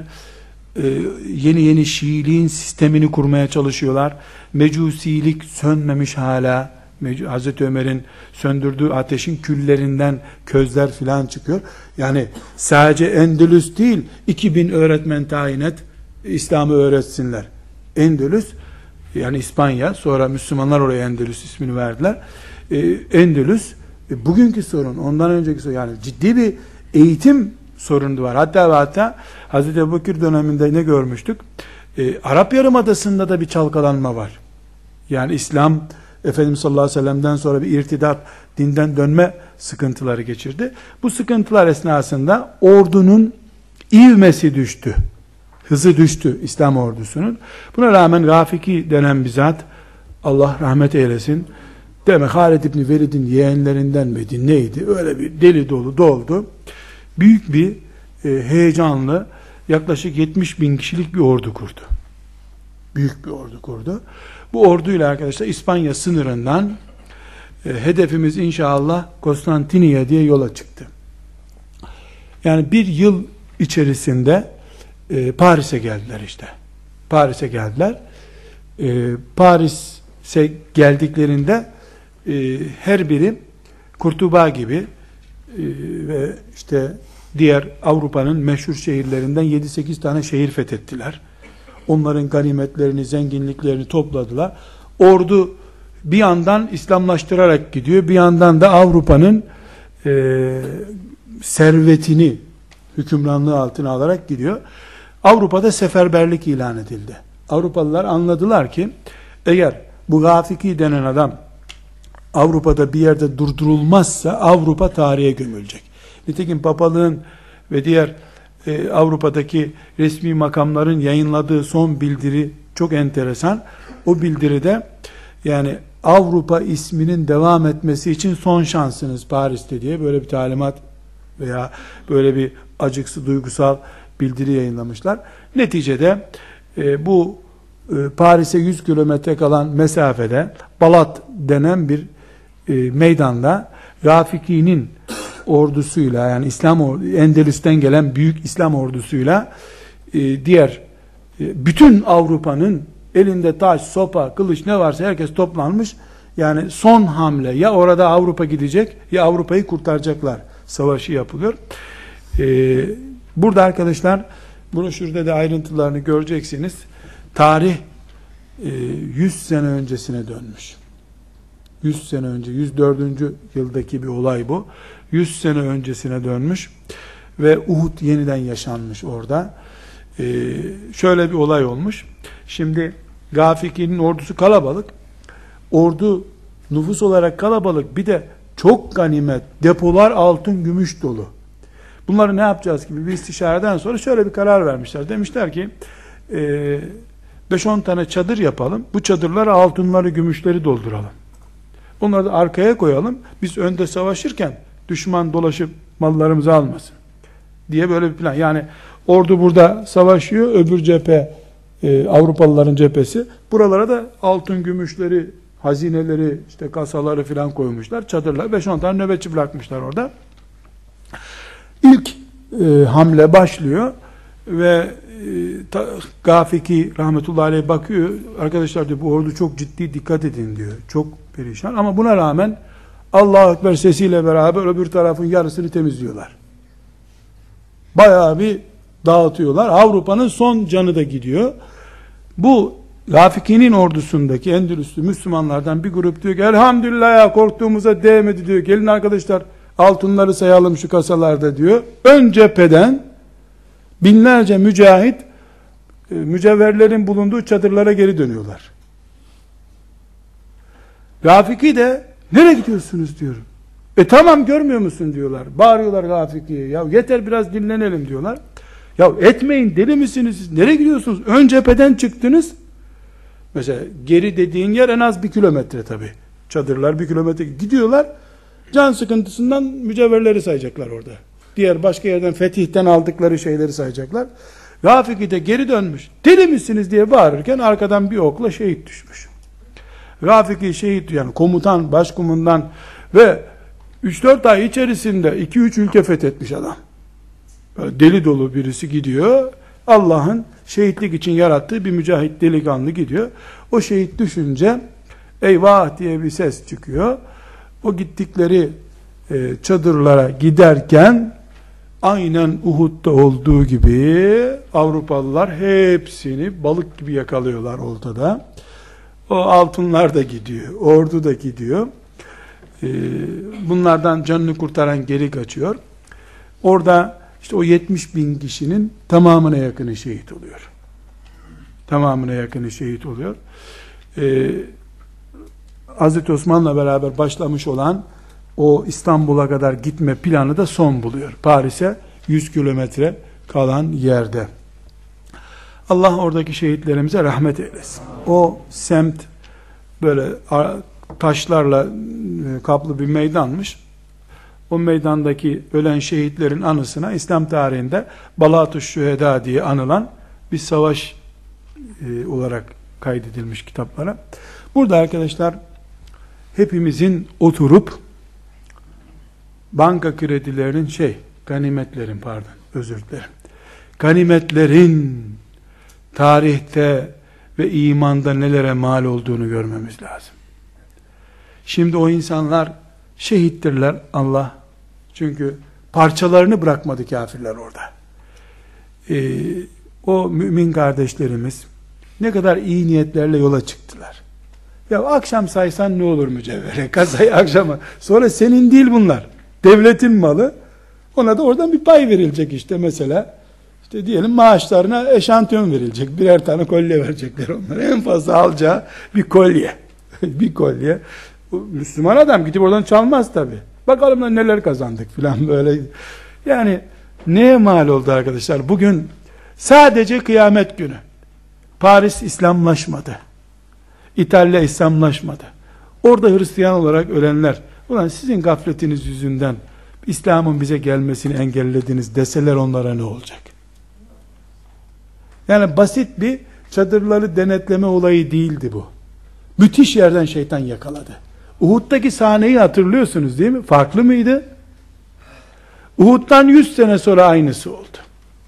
yeni Şiiliğin sistemini kurmaya çalışıyorlar. Mecusilik sönmemiş hala. Hazreti Ömer'in söndürdüğü ateşin küllerinden közler filan çıkıyor. Yani sadece Endülüs değil, 2000 öğretmen tayin et, İslam'ı öğretsinler. Endülüs, yani İspanya, sonra Müslümanlar oraya Endülüs ismini verdiler. Endülüs, bugünkü sorun, ondan önceki sorun, yani ciddi bir eğitim sorunu var. Hatta Hazreti Ebubekir döneminde ne görmüştük? Arap Yarımadası'nda da bir çalkalanma var. Yani İslam, Efendimiz sallallahu aleyhi ve sellem'den sonra bir irtidat, dinden dönme sıkıntıları geçirdi. Bu sıkıntılar esnasında ordunun ivmesi düştü. Hızı düştü İslam ordusunun. Buna rağmen Rafiki denen bir zat, Allah rahmet eylesin, demek Halid İbni Velid'in yeğenlerinden miydi neydi? Öyle bir deli doldu. Büyük bir heyecanlı, yaklaşık 70 bin kişilik bir ordu kurdu. Büyük bir ordu kurdu. Bu orduyla arkadaşlar İspanya sınırından hedefimiz inşallah Konstantiniye diye yola çıktı. Yani bir yıl içerisinde Paris'e geldiler işte. Paris'e geldiler. Paris'e geldiklerinde her biri Kurtuba gibi ve işte diğer Avrupa'nın meşhur şehirlerinden 7-8 tane şehir fethettiler. Onların ganimetlerini, zenginliklerini topladılar. Ordu bir yandan İslamlaştırarak gidiyor, bir yandan da Avrupa'nın servetini hükümranlığı altına alarak gidiyor. Avrupa'da seferberlik ilan edildi. Avrupalılar anladılar ki eğer bu Gafiki denen adam Avrupa'da bir yerde durdurulmazsa Avrupa tarihe gömülecek. Nitekim papalığın ve diğer Avrupa'daki resmi makamların yayınladığı son bildiri çok enteresan. O bildiride yani Avrupa isminin devam etmesi için son şansınız Paris'te diye böyle bir talimat veya böyle bir acıksı duygusal bildiri yayınlamışlar. Neticede bu Paris'e 100 kilometre kalan mesafede Balat denen bir meydanda Rafiki'nin ordusuyla, yani Endülüs'ten gelen büyük İslam ordusuyla diğer bütün Avrupa'nın elinde taş, sopa, kılıç ne varsa herkes toplanmış. Yani son hamle, ya orada Avrupa gidecek ya Avrupa'yı kurtaracaklar savaşı yapılıyor. Burada arkadaşlar broşürde de ayrıntılarını göreceksiniz. Tarih 100 sene öncesine dönmüş. 100 sene önce, 104. yıldaki bir olay bu. 100 sene öncesine dönmüş ve Uhud yeniden yaşanmış orada. Şöyle bir olay olmuş. Şimdi Gafiki'nin ordusu kalabalık. Ordu nüfus olarak kalabalık. Bir de çok ganimet, depolar altın, gümüş dolu. Bunları ne yapacağız gibi bir istişareden sonra şöyle bir karar vermişler. Demişler ki 5-10 tane çadır yapalım. Bu çadırlara altınları, gümüşleri dolduralım. Onları da arkaya koyalım. Biz önde savaşırken düşman dolaşıp mallarımızı almasın diye böyle bir plan. Yani ordu burada savaşıyor, öbür cephe Avrupalıların cephesi. Buralara da altın, gümüşleri, hazineleri, işte kasaları filan koymuşlar. Çadırlar 5-10 tane nöbetçi bırakmışlar orada. İlk hamle başlıyor ve Gafiki rahmetullahi aleyh bakıyor. Arkadaşlar diyor, bu ordu çok ciddi, dikkat edin diyor. Çok perişan ama buna rağmen Allahu Ekber sesiyle beraber öbür tarafın yarısını temizliyorlar. Bayağı bir dağıtıyorlar. Avrupa'nın son canı da gidiyor. Bu Rafiki'nin ordusundaki Endülüslü Müslümanlardan bir grup diyor ki elhamdülillah ya, korktuğumuza değmedi diyor. Gelin arkadaşlar altınları sayalım şu kasalarda diyor. Ön cepheden binlerce mücahit mücevherlerin bulunduğu çadırlara geri dönüyorlar. Rafiki de nereye gidiyorsunuz diyorum. Tamam görmüyor musun diyorlar. Bağırıyorlar Rafiki'ye. Ya yeter biraz dinlenelim diyorlar. Ya etmeyin, deli misiniz siz? Nereye gidiyorsunuz? Ön cepheden çıktınız. Mesela geri dediğin yer en az 1 kilometre tabii. Çadırlar 1 kilometre gidiyorlar. Can sıkıntısından mücevherleri sayacaklar orada. Diğer başka yerden fetihten aldıkları şeyleri sayacaklar. Rafiki de geri dönmüş. Deli misiniz diye bağırırken arkadan bir okla şehit düşmüş. Rafiki şehit, yani komutan, başkumandan ve 3-4 ay içerisinde 2-3 ülke fethetmiş adam. Böyle deli dolu birisi gidiyor. Allah'ın şehitlik için yarattığı bir mücahit delikanlı gidiyor. O şehit düşünce eyvah diye bir ses çıkıyor. O gittikleri çadırlara giderken aynen Uhud'da olduğu gibi Avrupalılar hepsini balık gibi yakalıyorlar oltada. O altınlar da gidiyor, ordu da gidiyor. Bunlardan canını kurtaran geri kaçıyor. Orada işte o 70.000 kişinin tamamına yakını şehit oluyor. Tamamına yakını şehit oluyor. Hazreti Osman'la beraber başlamış olan o İstanbul'a kadar gitme planı da son buluyor. Paris'e 100 kilometre kalan yerde. Allah oradaki şehitlerimize rahmet eylesin. O semt böyle taşlarla kaplı bir meydanmış. O meydandaki ölen şehitlerin anısına İslam tarihinde Balat-ı Şüheda diye anılan bir savaş olarak kaydedilmiş kitaplara. Burada arkadaşlar hepimizin oturup banka kredilerinin ganimetlerin ganimetlerin tarihte ve imanda nelere mal olduğunu görmemiz lazım. Şimdi o insanlar şehittirler Allah. Çünkü parçalarını bırakmadı kafirler orada. O mümin kardeşlerimiz ne kadar iyi niyetlerle yola çıktılar. Ya akşam saysan ne olur mücevhere? Kasayı akşama. Sonra senin değil bunlar. Devletin malı. Ona da oradan bir pay verilecek işte mesela. İşte diyelim maaşlarına eşantiyon verilecek. Birer tane kolye verecekler onlara. En fazla alacağı bir kolye. Bir kolye. Müslüman adam gidip oradan çalmaz tabi. Bakalım da neler kazandık filan böyle. Yani neye mal oldu arkadaşlar? Bugün sadece kıyamet günü. Paris İslamlaşmadı. İtalya İslamlaşmadı. Orada Hristiyan olarak ölenler, ulan sizin gafletiniz yüzünden İslam'ın bize gelmesini engellediniz deseler onlara ne olacak? Yani basit bir çadırları denetleme olayı değildi bu. Müthiş yerden şeytan yakaladı. Uhud'daki sahneyi hatırlıyorsunuz değil mi? Farklı mıydı? Uhud'dan 100 sene sonra aynısı oldu.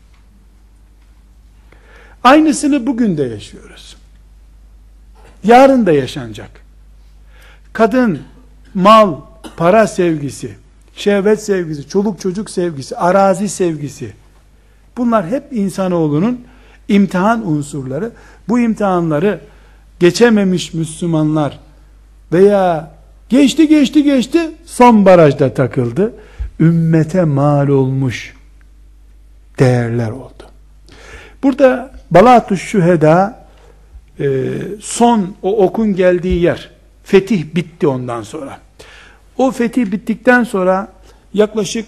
Aynısını bugün de yaşıyoruz. Yarın da yaşanacak. Kadın, mal, para sevgisi, şehvet sevgisi, çoluk çocuk sevgisi, arazi sevgisi, bunlar hep insanoğlunun imtihan unsurları. Bu imtihanları geçememiş Müslümanlar veya geçti son barajda takıldı, ümmete mal olmuş değerler oldu. Burada Balat-ı Şüheda son o okun geldiği yer. Fetih bitti ondan sonra. O fetih bittikten sonra yaklaşık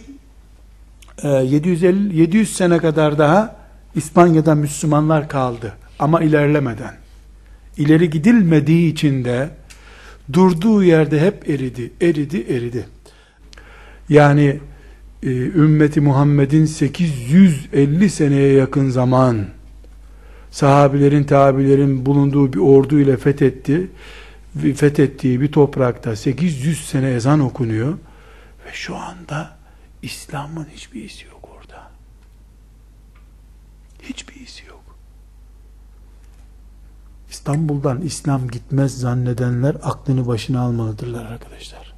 700 sene kadar daha İspanya'da Müslümanlar kaldı. Ama ilerlemeden. İleri gidilmediği için de durduğu yerde hep eridi. Yani ümmeti Muhammed'in 850 seneye yakın zaman sahabilerin, tabilerin bulunduğu bir ordu ile fethettiği bir toprakta 800 sene ezan okunuyor ve şu anda İslam'ın hiçbir izi yok orada. Hiçbir izi yok. İstanbul'dan İslam gitmez zannedenler aklını başına almalıdırlar arkadaşlar.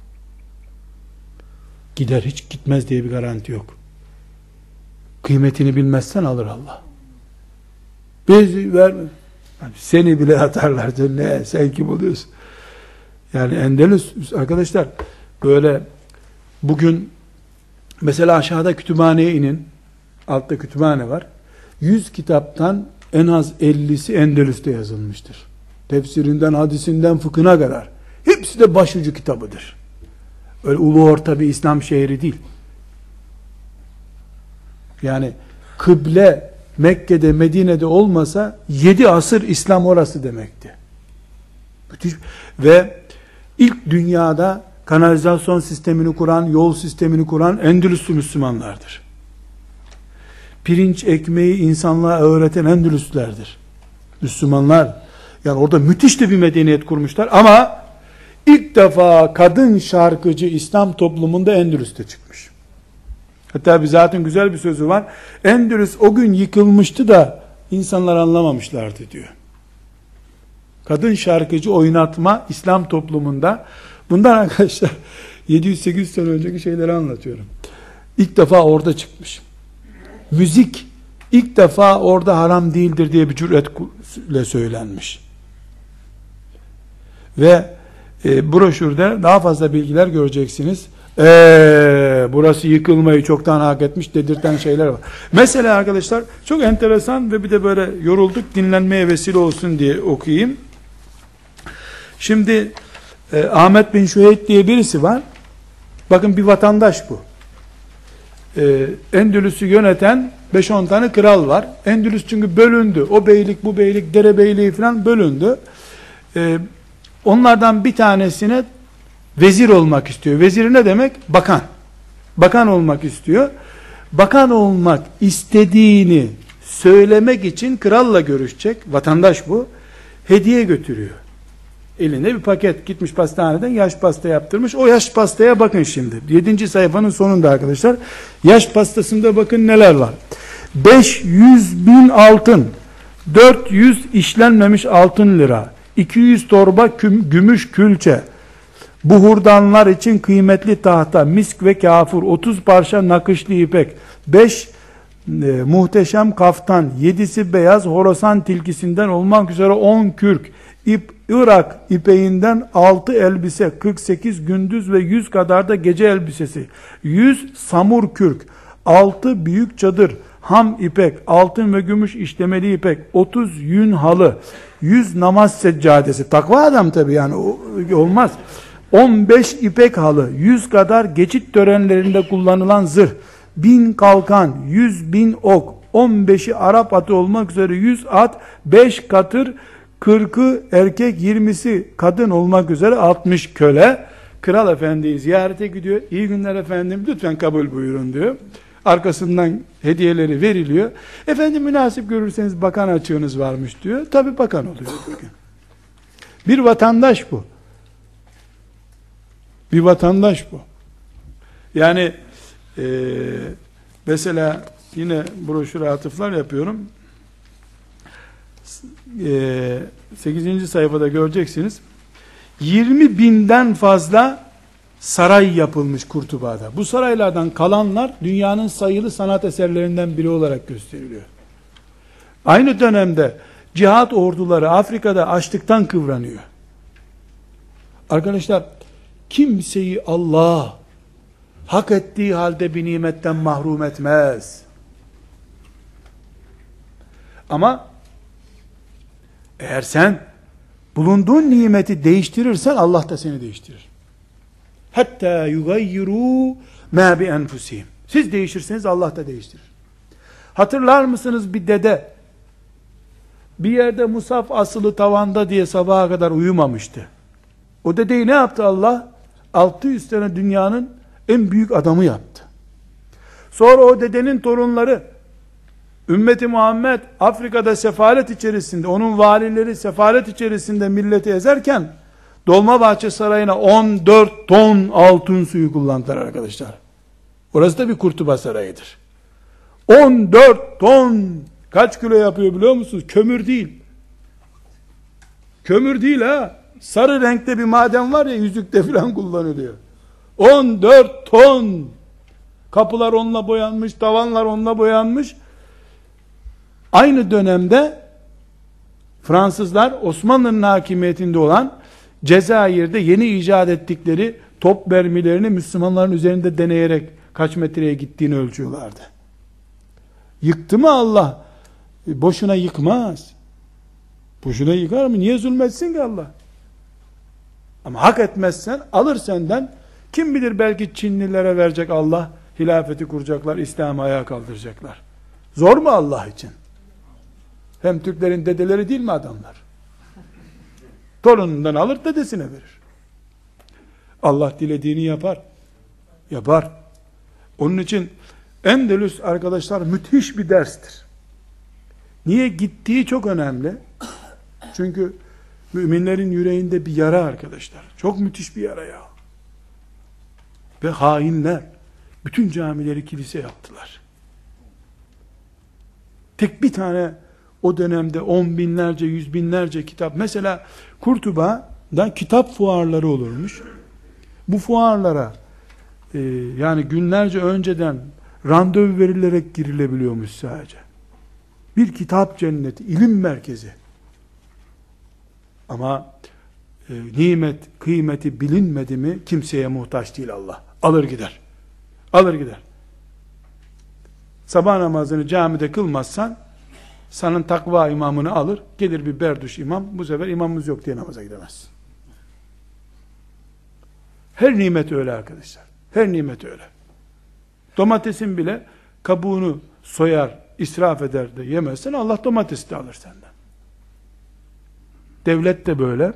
Gider, hiç gitmez diye bir garanti yok. Kıymetini bilmezsen alır Allah. Biz verme. Yani seni bile atarlar. Sen kim oluyorsun? Yani Endülüs arkadaşlar böyle Bugün mesela aşağıda kütüphaneye inin. Altta kütüphane var. 100 kitaptan en az 50'si Endülüs'te yazılmıştır. Tefsirinden, hadisinden, fıkhına kadar. Hepsi de başucu kitabıdır. Öyle ulu orta bir İslam şehri değil. Yani kıble Mekke'de, Medine'de olmasa 7 asır İslam orası demekti. Müthiş. Ve ilk dünyada kanalizasyon sistemini kuran, yol sistemini kuran Endülüslü Müslümanlardır. Pirinç ekmeği insanlığa öğreten Endülüslerdir. Müslümanlar. Yani orada müthiş de bir medeniyet kurmuşlar ama ilk defa kadın şarkıcı İslam toplumunda Endülüs'te çıkmış. Hatta bir zaten güzel bir sözü var. Endülüs o gün yıkılmıştı da insanlar anlamamışlardı diyor. Kadın şarkıcı oynatma İslam toplumunda. Bundan arkadaşlar 700-800 sene önceki şeyleri anlatıyorum. İlk defa orada çıkmış. Müzik ilk defa orada haram değildir diye bir cüretle söylenmiş. Ve broşürde daha fazla bilgiler göreceksiniz. Burası yıkılmayı çoktan hak etmiş dedirten şeyler var. Mesela arkadaşlar çok enteresan ve bir de böyle yorulduk, dinlenmeye vesile olsun diye okuyayım. Şimdi Ahmet bin Şüheyt diye birisi var. Bakın bir vatandaş bu. Endülüs'ü yöneten 5-10 tane kral var. Endülüs çünkü bölündü. O beylik, bu beylik, derebeyliği falan bölündü. Onlardan bir tanesine vezir olmak istiyor. Vezir ne demek? Bakan. Bakan olmak istiyor. Bakan olmak istediğini söylemek için kralla görüşecek. Vatandaş bu. Hediye götürüyor. Elinde bir paket, gitmiş pastaneden yaş pasta yaptırmış. O yaş pastaya bakın şimdi. 7. sayfanın sonunda arkadaşlar. Yaş pastasında bakın neler var. 500.000 altın, 400 işlenmemiş altın lira, 200 torba gümüş külçe, buhurdanlar için kıymetli tahta, misk ve kafur, 30 parça nakışlı ipek, 5 muhteşem kaftan, 7'si beyaz Horasan tilkisinden olmak üzere 10 kürk, Irak ipeğinden 6 elbise, 48 gündüz ve 100 kadar da gece elbisesi, 100 samur kürk, 6 büyük çadır, ham ipek, altın ve gümüş işlemeli ipek, 30 yün halı, 100 namaz seccadesi, takva adam tabi yani olmaz, 15 ipek halı, 100 kadar geçit törenlerinde kullanılan zırh, 1000 kalkan, 100.000 ok, 15'i Arap atı olmak üzere 100 at, 5 katır, 40'ı erkek, 20'si kadın olmak üzere 60 köle. Kral efendiyi ziyarete gidiyor. İyi günler efendim, lütfen kabul buyurun diyor. Arkasından hediyeleri veriliyor. Efendim münasip görürseniz bakan açığınız varmış diyor. Tabi bakan oluyor bugün. Bir vatandaş bu. Bir vatandaş bu. Yani mesela yine broşüre atıflar yapıyorum. 8. sayfada göreceksiniz. 20.000'den fazla saray yapılmış Kurtuba'da. Bu saraylardan kalanlar dünyanın sayılı sanat eserlerinden biri olarak gösteriliyor. Aynı dönemde cihat orduları Afrika'da açlıktan kıvranıyor. Arkadaşlar, kimseyi Allah hak ettiği halde bir nimetten mahrum etmez. Ama eğer sen bulunduğun nimeti değiştirirsen Allah da seni değiştirir. Hatta yugayyiru ma bi enfusihim. Siz değişirseniz Allah da değiştirir. Hatırlar mısınız bir dede bir yerde musaf asılı tavanda diye sabaha kadar uyumamıştı. O dedeyi ne yaptı Allah? 600 sene dünyanın en büyük adamı yaptı. Sonra o dedenin torunları ümmeti Muhammed Afrika'da sefalet içerisinde, onun valileri sefalet içerisinde milleti ezerken Dolmabahçe Sarayı'na 14 ton altın suyu kullandılar arkadaşlar. Orası da bir Kurtuba Sarayı'dır. 14 ton kaç kilo yapıyor biliyor musunuz? Kömür değil. Kömür değil ha. Sarı renkte bir maden var ya, yüzükte falan kullanılıyor. 14 ton. Kapılar onunla boyanmış, tavanlar onunla boyanmış. Aynı dönemde Fransızlar Osmanlı'nın hakimiyetinde olan Cezayir'de yeni icat ettikleri top mermilerini Müslümanların üzerinde deneyerek kaç metreye gittiğini ölçüyorlardı. Yıktı mı Allah? Boşuna yıkmaz. Boşuna yıkar mı? Niye zulmetsin ki Allah? Ama hak etmezsen alır senden. Kim bilir, belki Çinlilere verecek Allah. Hilafeti kuracaklar, İslam'ı ayağa kaldıracaklar. Zor mu Allah için? Hem Türklerin dedeleri değil mi adamlar? Torunundan alır, dedesine verir. Allah dilediğini yapar. Yapar. Onun için Endülüs arkadaşlar müthiş bir derstir. Niye gittiği çok önemli. Çünkü müminlerin yüreğinde bir yara arkadaşlar. Çok müthiş bir yara ya. Ve hainler bütün camileri kilise yaptılar. Tek bir tane o dönemde 10 binlerce, 100 binlerce kitap. Mesela Kurtuba'da kitap fuarları olurmuş. Bu fuarlara yani günlerce önceden randevu verilerek girilebiliyormuş sadece. Bir kitap cenneti, ilim merkezi. Ama nimet, kıymeti bilinmedi mi kimseye muhtaç değil Allah. Alır gider. Alır gider. Sabah namazını camide kılmazsan senin takva imamını alır, gelir bir berduş imam, bu sefer imamımız yok diye namaza gidemezsin. Her nimet öyle arkadaşlar. Her nimet öyle. Domatesin bile kabuğunu soyar, israf eder de yemezsen Allah domatesi de alır senden. Devlet de böyle.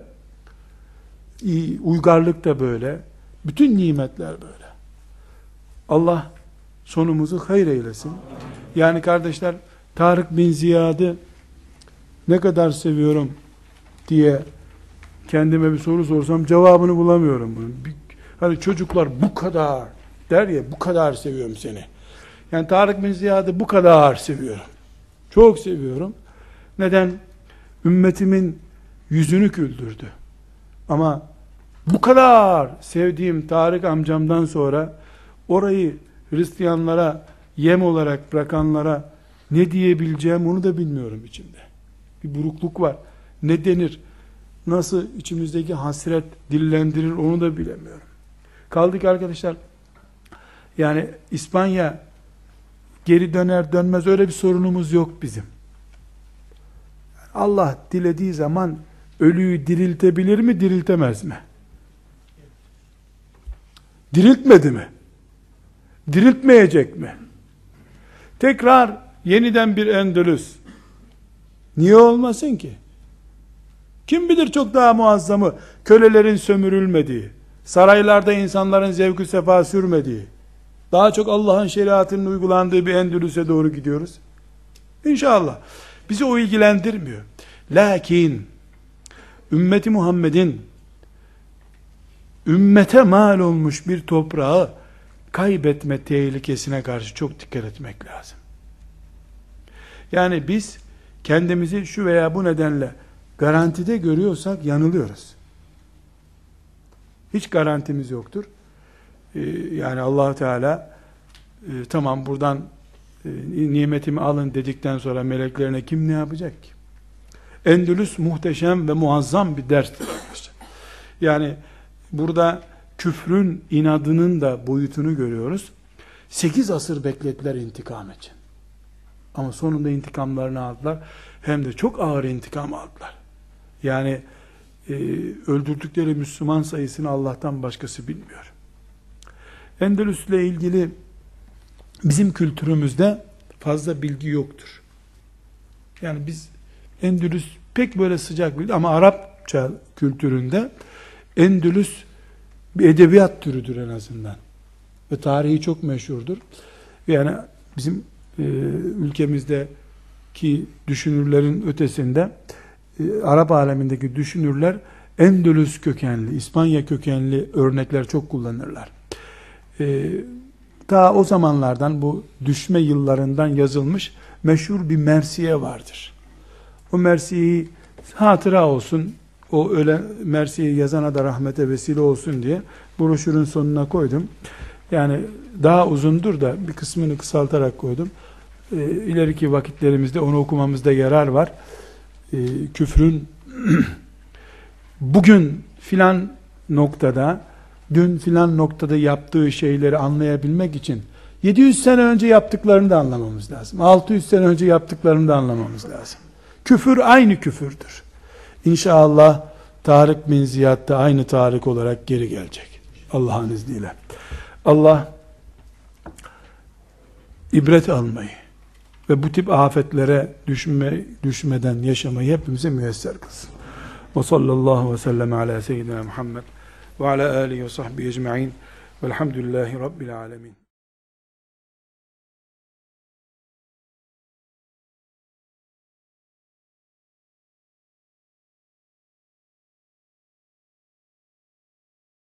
Uygarlık da böyle. Bütün nimetler böyle. Allah sonumuzu hayır eylesin. Yani kardeşler, Tarık bin Ziyad'ı ne kadar seviyorum diye kendime bir soru sorsam cevabını bulamıyorum bunun. Hani çocuklar bu kadar der ya, bu kadar seviyorum seni. Yani Tarık bin Ziyad'ı bu kadar seviyorum. Çok seviyorum. Neden? Ümmetimin yüzünü güldürdü. Ama bu kadar sevdiğim Tarık amcamdan sonra orayı Hristiyanlara yem olarak bırakanlara ne diyebileceğim onu da bilmiyorum içimde. Bir burukluk var. Ne denir? Nasıl içimizdeki hasret dillendirir onu da bilemiyorum. Kaldı ki arkadaşlar, yani İspanya geri döner dönmez öyle bir sorunumuz yok bizim. Allah dilediği zaman ölüyü diriltebilir mi, diriltemez mi? Diriltmedi mi? Diriltmeyecek mi? Tekrar yeniden bir Endülüs. Niye olmasın ki? Kim bilir çok daha muazzamı, kölelerin sömürülmediği, saraylarda insanların zevk-ü sefa sürmediği, daha çok Allah'ın şeriatının uygulandığı bir Endülüs'e doğru gidiyoruz. İnşallah. Bizi o ilgilendirmiyor. Lakin ümmeti Muhammed'in ümmete mal olmuş bir toprağı kaybetme tehlikesine karşı çok dikkat etmek lazım. Yani biz kendimizi şu veya bu nedenle garantide görüyorsak yanılıyoruz. Hiç garantimiz yoktur. Yani Allah Teala tamam buradan nimetimi alın dedikten sonra meleklerine kim ne yapacak ki? Endülüs muhteşem ve muazzam bir derstir arkadaşlar. Yani burada küfrün inadının da boyutunu görüyoruz. 8 asır beklediler intikam için. Ama sonunda intikamlarını aldılar. Hem de çok ağır intikam aldılar. Yani öldürdükleri Müslüman sayısını Allah'tan başkası bilmiyor. Endülüs'le ilgili bizim kültürümüzde fazla bilgi yoktur. Yani biz Endülüs pek böyle sıcak değil ama Arapça kültüründe Endülüs bir edebiyat türüdür en azından. Ve tarihi çok meşhurdur. Yani bizim ülkemizdeki düşünürlerin ötesinde Arap alemindeki düşünürler Endülüs kökenli, İspanya kökenli örnekler çok kullanırlar. Ta o zamanlardan, bu düşme yıllarından yazılmış meşhur bir mersiye vardır. O mersiyeyi hatıra olsun, o ölen mersiyeyi yazana da rahmete vesile olsun diye broşürün sonuna koydum. Yani daha uzundur da bir kısmını kısaltarak koydum. İleriki vakitlerimizde onu okumamızda yarar var. Küfrün bugün filan noktada dün filan noktada yaptığı şeyleri anlayabilmek için 700 sene önce yaptıklarını da anlamamız lazım. 600 sene önce yaptıklarını da anlamamız lazım. Küfür aynı küfürdür. İnşallah Tarık bin Ziyad da aynı Tarık olarak geri gelecek. Allah'ın izniyle. Allah ibret almayı ve bu tip afetlere düşmeden yaşamayı hepimize müyesser kılsın. Ve sallallahu ve sellem ala seyyidina Muhammed ve ala alihi ve sahbihi ecma'in velhamdülillahi rabbil alemin.